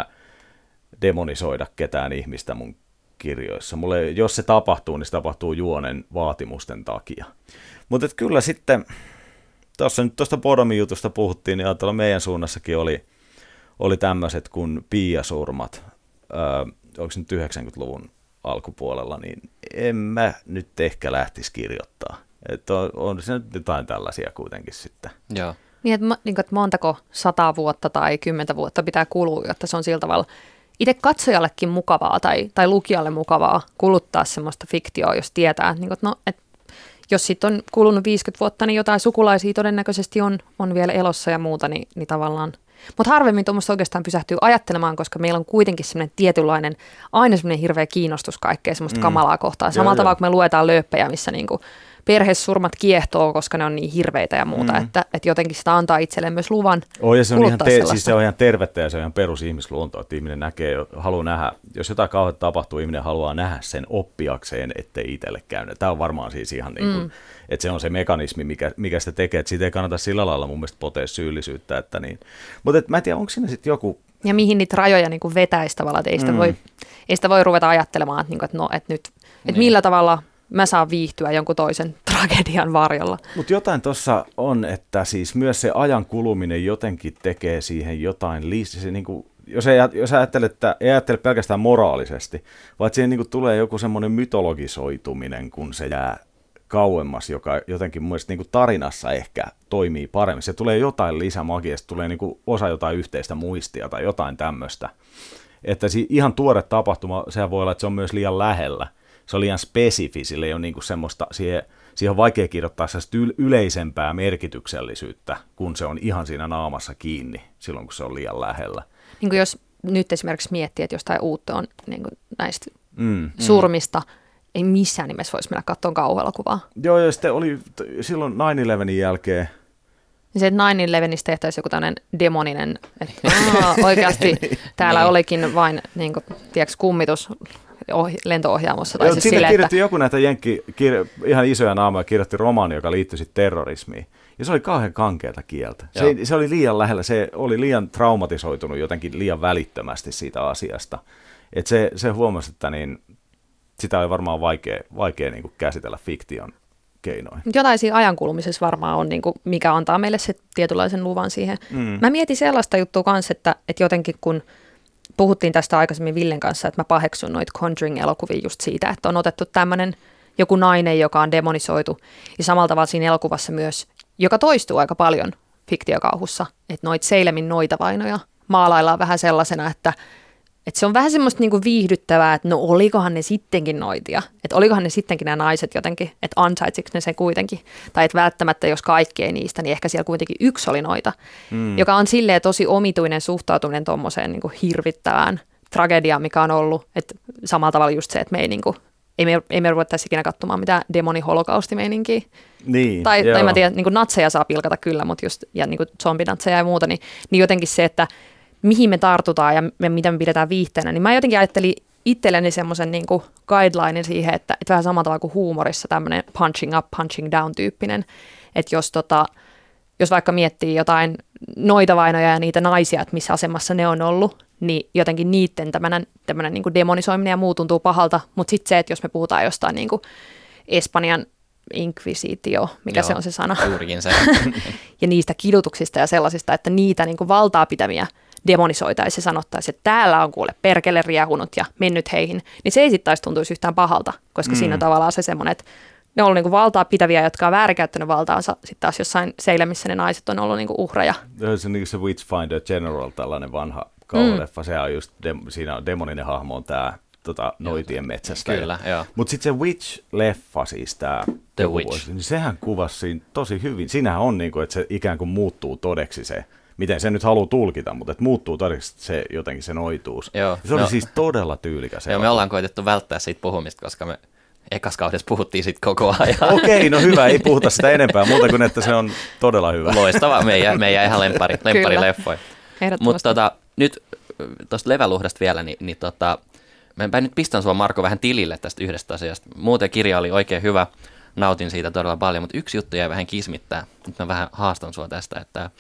demonisoida ketään ihmistä mun kirjoissa. Mulle, jos se tapahtuu, niin se tapahtuu juonen vaatimusten takia. Mutta kyllä sitten, tuossa nyt tuosta Bodomin jutusta puhuttiin, niin ajatellaan meidän suunnassakin oli, oli tämmöiset kuin piiasurmat, öö, onko se nyt yhdeksänkymmentäluvun alkupuolella, niin en mä nyt ehkä lähtisi kirjoittaa. Että on, on se nyt jotain tällaisia kuitenkin sitten. Joo. Niin, että, niin, että montako sata vuotta tai kymmentä vuotta pitää kulua, jotta se on sillä tavalla itse katsojallekin mukavaa tai, tai lukijalle mukavaa kuluttaa semmoista fiktioa, jos tietää, että, niin, että, no, että jos sitten on kulunut viisikymmentä vuotta, niin jotain sukulaisia todennäköisesti on, on vielä elossa ja muuta, niin, niin tavallaan. Mutta harvemmin tuommoista oikeastaan pysähtyy ajattelemaan, koska meillä on kuitenkin semmoinen tietynlainen, aina semmoinen hirveä kiinnostus kaikkea semmoista mm. kamalaa kohtaan. Samalla tavalla, kun me luetaan lööppejä, missä niinku perhesurmat kiehtoo, koska ne on niin hirveitä ja muuta, mm. että, että jotenkin sitä antaa itselleen myös luvan oh, ja se on ihan te- siis se on ihan tervettä ja se on ihan perusihmisluonto, että ihminen näkee, haluaa nähdä, jos jotain kauheutta tapahtuu, ihminen haluaa nähdä sen oppiakseen, ettei itselle käy. Tämä on varmaan siis ihan niin kuin, mm. että se on se mekanismi, mikä, mikä sitä tekee, että siitä ei kannata sillä lailla mun mielestä potea syyllisyyttä. Että niin. Mutta mä en tiedä, onko siinä sitten joku. Ja mihin niitä rajoja niin kuin vetäisi tavallaan, että ei sitä, mm. voi, ei sitä voi ruveta ajattelemaan, että, niin kuin, että, no, että nyt, että niin. millä tavalla mä saan viihtyä jonkun toisen tragedian varjolla. Mutta jotain tuossa on, että siis myös se ajan kuluminen jotenkin tekee siihen jotain lisää. Se niinku, jos, ei, jos ajattelet, että ei ajattele pelkästään moraalisesti, vaan siihen niinku tulee joku semmoinen mytologisoituminen, kun se jää kauemmas, joka jotenkin mun mielestä niinku tarinassa ehkä toimii paremmin. Se tulee jotain lisämagia, se tulee niinku osa jotain yhteistä muistia tai jotain tämmöistä. Että si- ihan tuore tapahtuma, sehän voi olla, että se on myös liian lähellä. Se on liian spesifi, sillä ei ole niinku semmoista, siihen, siihen on vaikea kirjoittaa yl- yleisempää merkityksellisyyttä, kun se on ihan siinä naamassa kiinni silloin, kun se on liian lähellä. Niin kuin jos nyt esimerkiksi miettii, että jostain uutta on niin kuin näistä mm. surmista, ei missään nimessä voisi mennä katsomaan kauhuelokuvaa. Joo, ja sitten oli silloin nine eleven jälkeen. Ja se, että nine eleven tehtäisiin joku tämmöinen demoninen, että aa, oikeasti täällä niin. olikin vain niin kuin, tiedätkö, kummitus lento-ohjaamossa. Tai Joo, siis sinne sille, kirjoitti että joku näitä jenkki, kir- ihan isoja naamoja, kirjoitti romaani, joka liittyi sitten terrorismiin. Ja se oli kauhean kankeata kieltä. Se, se oli liian lähellä, se oli liian traumatisoitunut jotenkin liian välittömästi siitä asiasta. Että se, se huomasi, että niin, sitä oli varmaan vaikea, vaikea niin kuin käsitellä fiktion keinoin. Jotain siinä ajankulumisessa varmaan on, niin kuin, mikä antaa meille se tietynlaisen luvan siihen. Mm. Mä mietin sellaista juttua kanssa, että, että jotenkin kun puhuttiin tästä aikaisemmin Villen kanssa, että mä paheksun noita Conjuring-elokuvia just siitä, että on otettu tämmöinen joku nainen, joka on demonisoitu. Ja samalla tavalla siinä elokuvassa myös, joka toistuu aika paljon fiktiokauhussa, että noita Salemin noitavainoja maalaillaan vähän sellaisena, että, että se on vähän semmoista niinku viihdyttävää, että no olikohan ne sittenkin noitia, että olikohan ne sittenkin nämä naiset jotenkin, että ansaitsiko ne se kuitenkin, tai että välttämättä jos kaikki ei niistä, niin ehkä siellä kuitenkin yksi oli noita, mm. joka on silleen tosi omituinen suhtautuminen tuommoiseen niinku hirvittävään tragediaan, mikä on ollut, että samalla tavalla just se, että me ei niinku, ei me, ei me ruvettaisi ikinä katsomaan mitään demoniholokausti-meininkiä. Niin, tai, tai mä tiedän, niin natseja saa pilkata kyllä, mutta just, ja niin zombinatseja ja muuta, niin, niin jotenkin se, että mihin me tartutaan ja me, mitä me pidetään viihteenä, niin mä jotenkin ajattelin itselleni semmoisen niin kuin guidelinen siihen, että, että vähän samalla tavalla kuin huumorissa tämmöinen punching up, punching down tyyppinen, että jos, tota, jos vaikka miettii jotain noitavainoja ja niitä naisia, että missä asemassa ne on ollut, niin jotenkin niiden tämmöinen, tämmöinen niin kuin demonisoiminen ja muu tuntuu pahalta, mutta sitten se, että jos me puhutaan jostain niin kuin Espanjan inkvisitio, mikä Joo, se on se sana, juurikin se. ja niistä kidutuksista ja sellaisista, että niitä niin kuin valtaa pitäviä demonisoitaisiin ja sanottaisiin, että täällä on kuule perkele riehunut ja mennyt heihin, niin se ei sitten taisi tuntuisi yhtään pahalta, koska mm. siinä on tavallaan se semmoinen, että ne on ollut niinku valtaa pitäviä, jotka on väärinkäyttänyt valtaansa, sitten taas jossain Salem, missä ne naiset on ollut niinku uhreja. Se on niin se Witchfinder General, tällainen vanha kauhuleffa, mm. se on just, de, siinä on demoninen hahmo on tämä tota, noitien metsästä. Kyllä, joo. Mutta sitten se Witch-leffa, siis tämä The Witch, vuosi, niin sehän kuvasi siinä tosi hyvin. Siinähän on, niinku, että se ikään kuin muuttuu todeksi se, miten se nyt haluaa tulkita, mutta että muuttuu todeksi se jotenkin se noituus. Joo, se oli no, siis todella tyylikäs. Joo, me ollaan koetettu välttää siitä puhumista, koska me ekas kaudessa puhuttiin siitä koko ajan. Okei, no hyvä, ei puhuta sitä enempää, muuta kuin että se on todella hyvä. Loistava, meidän, meidän ihan lempari, lempari leffoja. Mutta tota, nyt tuosta leväluhdasta vielä, niin, niin tota, mä nyt pistän sua Marko vähän tilille tästä yhdestä asiasta. Muuten kirja oli oikein hyvä, nautin siitä todella paljon, mutta yksi juttu jäi vähän kismittää. Nyt mä vähän haastan sua tästä, että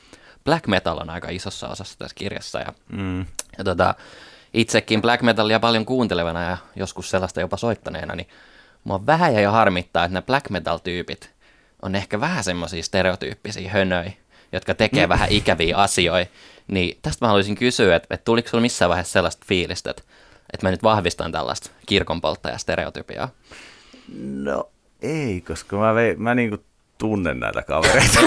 black metal on aika isossa osassa tässä kirjassa. Ja, Mm. ja tota, itsekin black metalia paljon kuuntelevana ja joskus sellaista jopa soittaneena, niin mua vähän ja jo harmittaa, että nämä black metal-tyypit on ehkä vähän semmoisia stereotyyppisiä hönöjä, jotka tekee mm. vähän ikäviä asioita. Niin tästä mä haluaisin kysyä, että, että tuliko sulla missään vaiheessa sellaista fiilistä, että, että mä nyt vahvistan tällaista kirkonpolttaja-stereotypiaa? No ei, koska mä, vei, mä niinku tunnen näitä kavereita.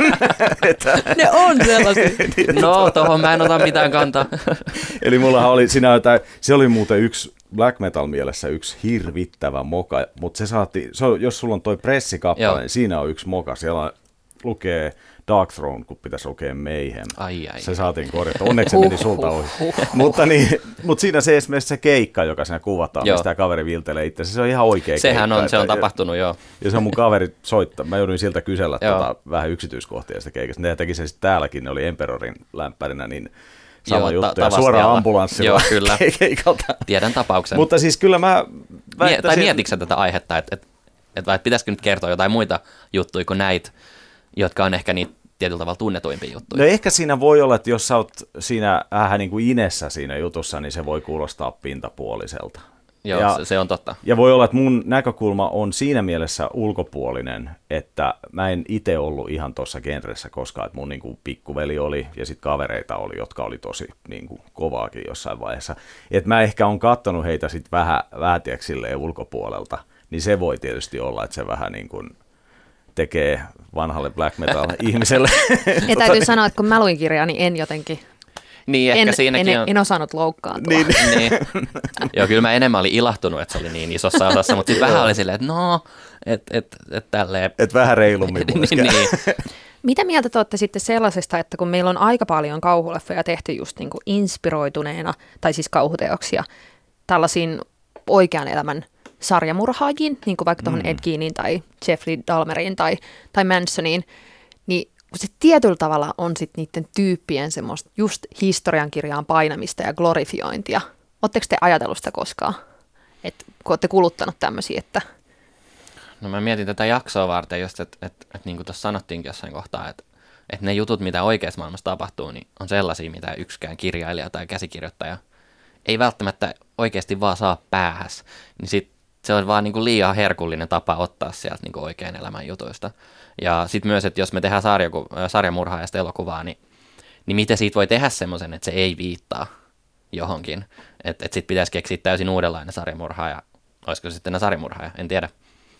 Ne on sellaisia. No, tohon mä en ota mitään kantaa. Eli mullahan oli, siinä jotain, se oli muuten yksi black metal mielessä yksi hirvittävä moka, mutta se saati, se on, jos sulla on toi pressikappale, niin siinä on yksi moka, siellä lukee Dark Throne, kun pitäisi lukea Mayhem. Ai, ai, se saatiin korjata. Onneksi se meni sulta ohi. mutta, niin, mutta siinä se esimerkiksi se keikka, joka siinä kuvataan, joo. mistä kaveri viltelee itse, se on ihan oikea Sehän keikka. on, se on että, tapahtunut, joo. Ja se on mun kaveri soittaa. Mä jouduin siltä kysellä tota, vähän yksityiskohtia sitä keikasta. Ne teki se sitten täälläkin, ne oli Emperorin lämpärinä, niin sama joo, juttu. Ta- ja suoraan ambulanssilla joo, kyllä. keikalta. Tiedän tapauksen. Mutta siis kyllä mä Mie- Tai mietitkö tätä aihetta, että et, et, et pitäisikö nyt kertoa jotain muita juttuja kuin näitä, jotka on ehkä niitä tietyllä tavalla tunnetuimpia juttuja? No ehkä siinä voi olla, että jos sä oot siinä vähän niin kuin inessä siinä jutussa, niin se voi kuulostaa pintapuoliselta. Joo, ja, se, se on totta. Ja voi olla, että mun näkökulma on siinä mielessä ulkopuolinen, että mä en itse ollut ihan tuossa genressä koskaan, että mun niin kuin pikkuveli oli ja sitten kavereita oli, jotka oli tosi niin kuin kovaakin jossain vaiheessa. Että mä ehkä on katsonut heitä sitten vähän, vähän tiedätkö, silleen ulkopuolelta, niin se voi tietysti olla, että se vähän niin kuin tekee vanhalle black metal-ihmiselle. Ja täytyy sanoa, että kun mä luin kirjaa, niin en jotenkin, niin, ehkä en, siinäkin en, on... en osannut loukkaantua. Niin. niin. Joo, kyllä mä enemmän olin ilahtunut, että se oli niin isossa osassa, mutta sitten vähän oli silleen, että no, että et, et tälleen... Että vähän reilummin niin, niin. Mitä mieltä te olette sitten sellaisesta, että kun meillä on aika paljon kauhuleffoja tehty just niin kuin inspiroituneena, tai siis kauhuteoksia, tällaisiin oikean elämän sarjamurhaajiin, niin kuin vaikka tuohon mm. Ed Geiniin tai Jeffrey Dahmeriin tai, tai Mansoniin, niin kun se tietyllä tavalla on sitten niiden tyyppien semmoista just historiankirjaan painamista ja glorifiointia. Oletteko te ajatellut sitä koskaan, että kun olette kuluttanut tämmöisiä, että... No mä mietin tätä jaksoa varten just, että, että, että niin kuin tuossa sanottiinkin jossain kohtaa, että, että ne jutut, mitä oikeassa maailmassa tapahtuu, niin on sellaisia, mitä yksikään kirjailija tai käsikirjoittaja ei välttämättä oikeasti vaan saa päähäs. Niin sit se on vaan niin kuin liian herkullinen tapa ottaa sieltä niin kuin oikean elämän jutuista. Ja sitten myös, että jos me tehdään sarjaku- sarjamurhaajasta elokuvaa, niin, niin miten siitä voi tehdä semmoisen, että se ei viittaa johonkin. Että et sitten pitäisi keksiä täysin uudenlainen sarjamurhaaja. Olisiko se sitten sarjamurhaaja? En tiedä.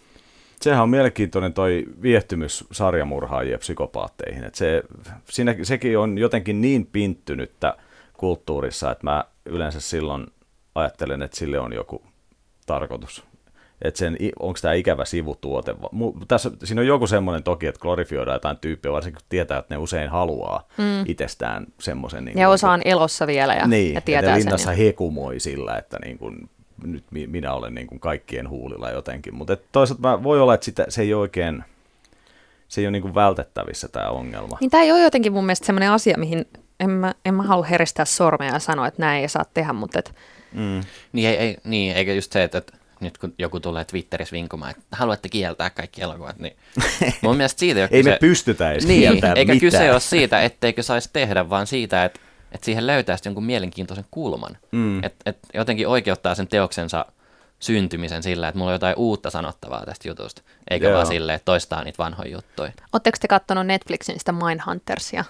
Sehän on mielenkiintoinen toi viehtymys sarjamurhaajia psykopaatteihin. Et se, siinä, sekin on jotenkin niin pinttynyttä kulttuurissa, että mä yleensä silloin ajattelen, että sille on joku tarkoitus. Että sen, onko tämä ikävä sivutuote. Tässä, siinä on joku semmoinen toki, että glorifioidaan jotain tyyppiä, varsinkin kun tietää, että ne usein haluaa mm. itsestään semmoisen. Niin ja osa on elossa vielä ja, niin, ja tietää ja sen. linnassa hekumoi sillä, että niin kuin, nyt minä olen niin kuin kaikkien huulilla jotenkin. Mutta toisaalta voi olla, että sitä, se ei oikein, se ei ole niin kuin vältettävissä tämä ongelma. Niin tämä ei ole jotenkin mun mielestä semmoinen asia, mihin en mä, en mä halua heristää sormea ja sanoa, että näin ei saa tehdä, mutta... Et... Mm. Niin, ei, ei, niin, eikä just se, että, että nyt kun joku tulee Twitterissä vinkumaan, että haluatte kieltää kaikki elokuvat, niin mun mielestä siitä ei ole Ei kyse... me pystytä edes niin, kieltämään eikä mitään. kyse ole siitä, etteikö saisi tehdä, vaan siitä, että, että siihen löytäisi jonkun mielenkiintoisen kulman. Mm. Että et jotenkin oikeuttaa sen teoksensa syntymisen sillä, että mulla on jotain uutta sanottavaa tästä jutusta, eikä Joo. vaan silleen, että toistaa niitä vanhoja juttuja. Oletteko te katsonut Netflixin sitä Mindhuntersia?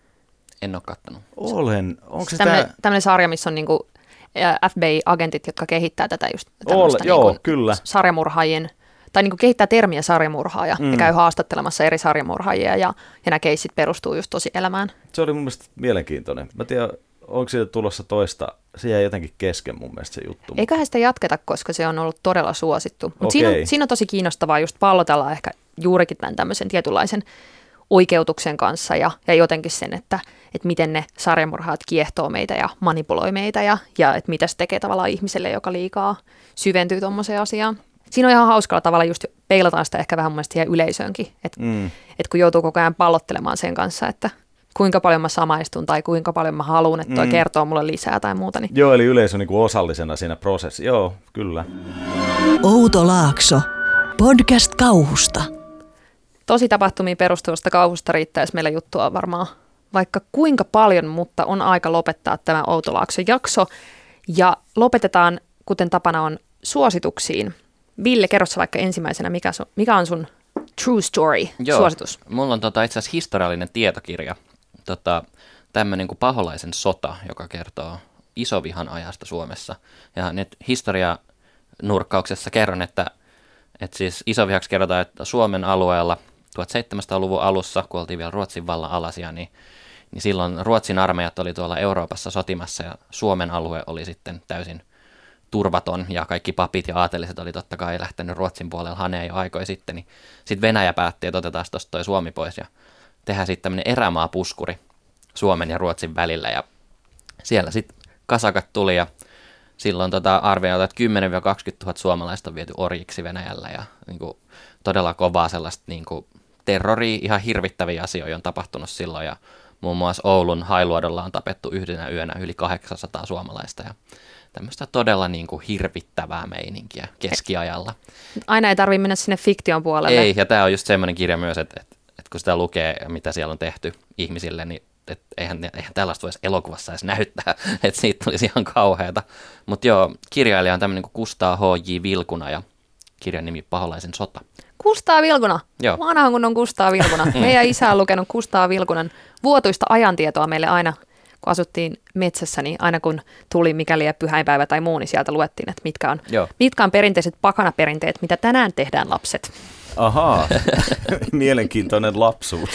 En ole kattonut. Olen. Onko se tämmöinen, tämä... tämmöinen sarja, missä on niinku F B I-agentit, jotka kehittää tätä just tämmöistä joo, niinku kyllä. sarjamurhaajien, tai niinku kehittää termiä sarjamurhaaja mm. ja käy haastattelemassa eri sarjamurhaajia ja, ja nämä keissit perustuu just tosi elämään. Se oli mun mielestä mielenkiintoinen. Mä tiedän, onko siitä tulossa toista, se jäi jotenkin kesken mun mielestä se juttu. Eiköhän sitä jatketa, koska se on ollut todella suosittu. Mutta siinä, siinä on tosi kiinnostavaa just pallotella ehkä juurikin tämän tämmöisen tietynlaisen oikeutuksen kanssa ja, ja jotenkin sen, että, että miten ne sarjamurhaat kiehtoo meitä ja manipuloi meitä ja, ja että mitä se tekee tavallaan ihmiselle, joka liikaa syventyy tuommoiseen asiaan. Siinä on ihan hauskalla tavalla just peilataan sitä ehkä vähän mun mielestä siihen yleisöönkin, että mm. et kun joutuu koko ajan pallottelemaan sen kanssa, että kuinka paljon mä samaistun tai kuinka paljon mä haluan, että toi mm. kertoo mulle lisää tai muuta. Niin. Joo, eli yleisö niin kuin osallisena siinä prosessissa. Joo, kyllä. Outo Laakso, podcast kauhusta. Tosi tapahtumiin perustuvasta kauhusta riittäisi meillä juttua varmaan vaikka kuinka paljon, mutta on aika lopettaa tämä Outo Laakso-jakso. Ja lopetetaan, kuten tapana on, suosituksiin. Ville, kerro sä vaikka ensimmäisenä, mikä, su, mikä on sun True Story-suositus? Joo, mulla on tota, itse asiassa historiallinen tietokirja, tota, tämmöinen kuin Paholaisen sota, joka kertoo isovihan ajasta Suomessa. Ja nyt historianurkkauksessa kerron, että, että siis isovihaksi kerrotaan, että Suomen alueella tuhatseitsemänsataaluvun alussa, kun oltiin vielä Ruotsin vallan alasia, niin, niin silloin Ruotsin armeijat oli tuolla Euroopassa sotimassa ja Suomen alue oli sitten täysin turvaton ja kaikki papit ja aateliset oli totta kai lähtenyt Ruotsin puolella haneen jo aikoja sitten, niin sitten Venäjä päätti, että otetaan tuosta toi Suomi pois ja tehdään sitten tämmöinen erämaapuskuri Suomen ja Ruotsin välillä ja siellä sitten kasakat tuli ja silloin tota arvioitiin, että kymmenen kaksikymmentätuhatta suomalaista on viety orjiksi Venäjällä ja niin kuin, todella kovaa sellaista niin kuin, terroria, ihan hirvittäviä asioita on tapahtunut silloin ja muun muassa Oulun Hailuodolla on tapettu yhdenä yönä yli kahdeksansataa suomalaista ja tämmöistä todella niin kuin hirvittävää meininkiä keskiajalla. Aina ei tarvitse mennä sinne fiktion puolelle. Ei, ja tämä on just semmoinen kirja myös, että, että, että kun sitä lukee, mitä siellä on tehty ihmisille, niin että eihän, eihän tällaista voisi elokuvassa edes näyttää, että siitä tulisi ihan kauheata. Mutta joo, kirjailija on tämmöinen kuin Kustaa H J. Vilkuna ja kirjan nimi Paholaisen sota. Kustaa Vilkuna. Joo. Vanhan kun on Kustaa Vilkuna. Meidän isä on lukenut Kustaa Vilkunan vuotuista ajantietoa meille aina, kun asuttiin metsässä, niin aina kun tuli mikäli pyhäinpäivä tai muu, niin sieltä luettiin, että mitkä on, mitkä on perinteiset pakanaperinteet, mitä tänään tehdään lapset. Ahaa, mielenkiintoinen lapsuus.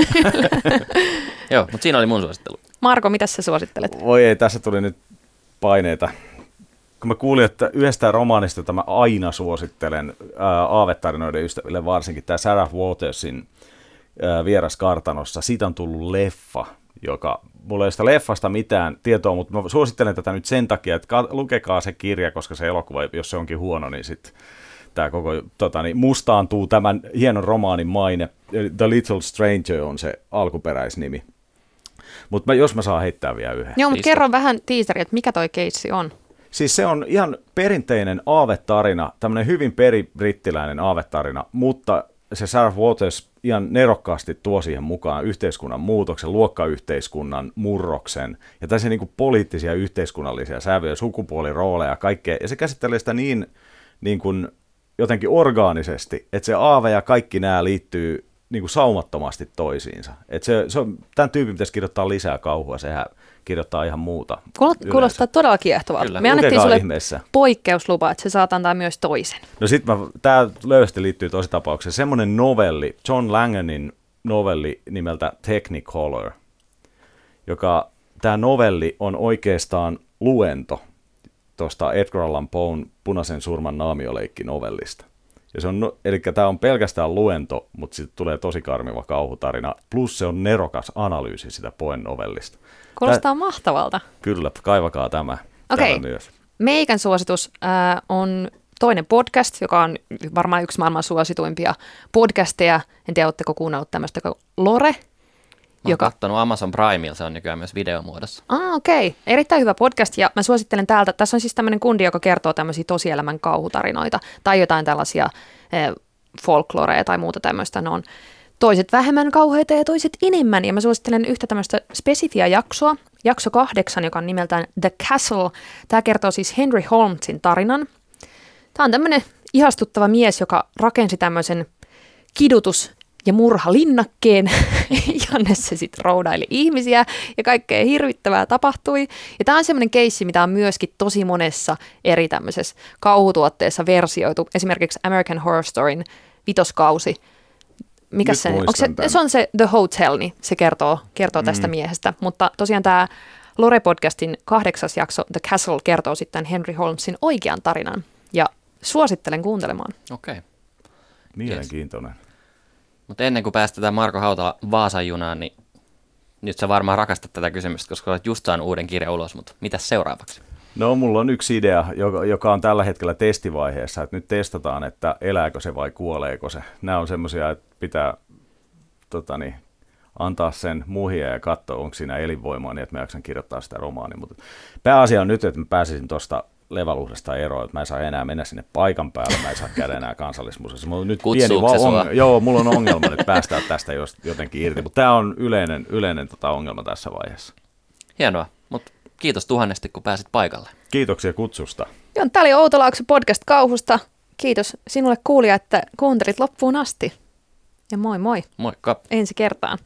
Joo, mutta siinä oli mun suosittelu. Marko, mitä sä suosittelet? Voi ei, tässä tuli nyt paineita. Kun mä kuulin, että yhdestä romaanista, jota mä aina suosittelen ää, aavetarinoiden ystäville, varsinkin tämä Sarah Watersin ää, Vieras kartanossa, siitä on tullut leffa, joka, mulla ei ole sitä leffasta mitään tietoa, mutta mä suosittelen tätä nyt sen takia, että ka- lukekaa se kirja, koska se elokuva, jos se onkin huono, niin sitten tämä koko tota, niin mustaantuu tämän hienon romaanin maine. The Little Stranger on se alkuperäisnimi. Mutta jos mä saan heittää vielä yhden. Joo, mutta kerro vähän tiiseri, että mikä toi keissi on. Siis se on ihan perinteinen aavetarina, tämmöinen hyvin peribrittiläinen aavetarina, mutta se Sarah Waters ihan nerokkaasti tuo siihen mukaan yhteiskunnan muutoksen, luokkayhteiskunnan murroksen ja tässä niin kuin poliittisia yhteiskunnallisia sävyjä, sukupuolirooleja ja kaikkea. Ja se käsittelee sitä niin, niin kuin jotenkin orgaanisesti, että se aave ja kaikki nämä liittyy niin kuin saumattomasti toisiinsa. Että se, se on, tämän tyypin pitäisi kirjoittaa lisää kauhua, sehän kirjoittaa ihan muuta. Kuulostaa todella kiehtovalta. Kyllä. Me annettiin sulle ihmeessä poikkeuslupa, että se saat antaa myös toisen. No sit mä, tää löysästi liittyy tosi tapaukseen. Semmoinen novelli, John Langenin novelli nimeltä Technicolor, joka, tämä novelli on oikeastaan luento tuosta Edgar Allan Poen Punaisen surman naamioleikki-novellista. Ja se on, no, eli tämä on pelkästään luento, mutta sitten tulee tosi karmiva kauhutarina, plus se on nerokas analyysi sitä Poen novellista. Kuulostaa Tää, mahtavalta. Kyllä, kaivakaa tämä. Okei, okay. Meikän suositus äh, on toinen podcast, joka on varmaan yksi maailman suosituimpia podcasteja. En tiedä, oletteko kuunnellut tämmöistä kuin Lore. Mä oon kattonut Amazon Primella, se on nykyään myös videomuodossa. Ah, okei. Okay. Erittäin hyvä podcast ja mä suosittelen täältä. Tässä on siis tämmöinen kundi, joka kertoo tämmöisiä tosielämän kauhutarinoita tai jotain tällaisia eh, folkloreja tai muuta tämmöistä. Ne on toiset vähemmän kauheita ja toiset enemmän. Ja mä suosittelen yhtä tämmöistä spesifiä jaksoa, jakso kahdeksan, joka on nimeltään The Castle. Tämä kertoo siis Henry Holmesin tarinan. Tämä on tämmöinen ihastuttava mies, joka rakensi tämmöisen kidutus- ja murhalinnakkeen, jonne se sitten roudaili ihmisiä ja kaikkea hirvittävää tapahtui. Ja tämä on semmoinen keissi, mitä on myöskin tosi monessa eri tämmöisessä kauhutuotteessa versioitu. Esimerkiksi American Horror Storyn vitoskausi. Mikä se, onko se, se on se The Hotel, niin se kertoo, kertoo tästä mm. miehestä. Mutta tosiaan tämä Lore-podcastin kahdeksas jakso The Castle kertoo sitten Henry Holmesin oikean tarinan. Ja suosittelen kuuntelemaan. Okei. Okay. Mielenkiintoinen. Yes. Mutta ennen kuin päästetään Marko Hautala Vaasan junaan, niin nyt sä varmaan rakastat tätä kysymystä, koska olet just saanut uuden kirjan ulos, mutta mitäs seuraavaksi? No mulla on yksi idea, joka, joka on tällä hetkellä testivaiheessa, että nyt testataan, että elääkö se vai kuoleeko se. Nämä on semmoisia, että pitää totani, antaa sen muhia ja katsoa, onko siinä elinvoimaa, niin että mä jaksan kirjoittaa sitä romaania. Mutta pääasia on nyt, että mä pääsisin tuosta Levaluhdesta eroon, että mä en saa enää mennä sinne paikan päälle, mä en saa käydä enää Kansallismuseossa. Mulla on nyt Kutsuuko pieni se va- sua? Joo, mulla on ongelma nyt päästää tästä jotenkin irti, mutta tämä on yleinen, yleinen tota ongelma tässä vaiheessa. Hienoa, mutta kiitos tuhannesti, kun pääsit paikalle. Kiitoksia kutsusta. Joo, tämä oli Outo Laakso podcast Kauhusta. Kiitos sinulle kuulija, että kuuntelit loppuun asti. Ja moi moi. Moikka. Ensi kertaan.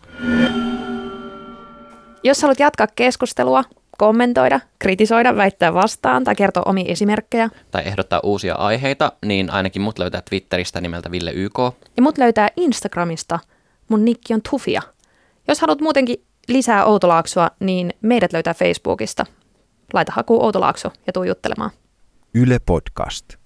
Jos haluat jatkaa keskustelua, kommentoida, kritisoida, väittää vastaan tai kertoa omia esimerkkejä. Tai ehdottaa uusia aiheita, niin ainakin mut löytää Twitteristä nimeltä Ville Y K. Ja mut löytää Instagramista. Mun nikki on Tufia. Jos haluat muutenkin lisää Outo Laaksoa, niin meidät löytää Facebookista. Laita hakuun Outo Laakso ja tuu juttelemaan. Yle Podcast.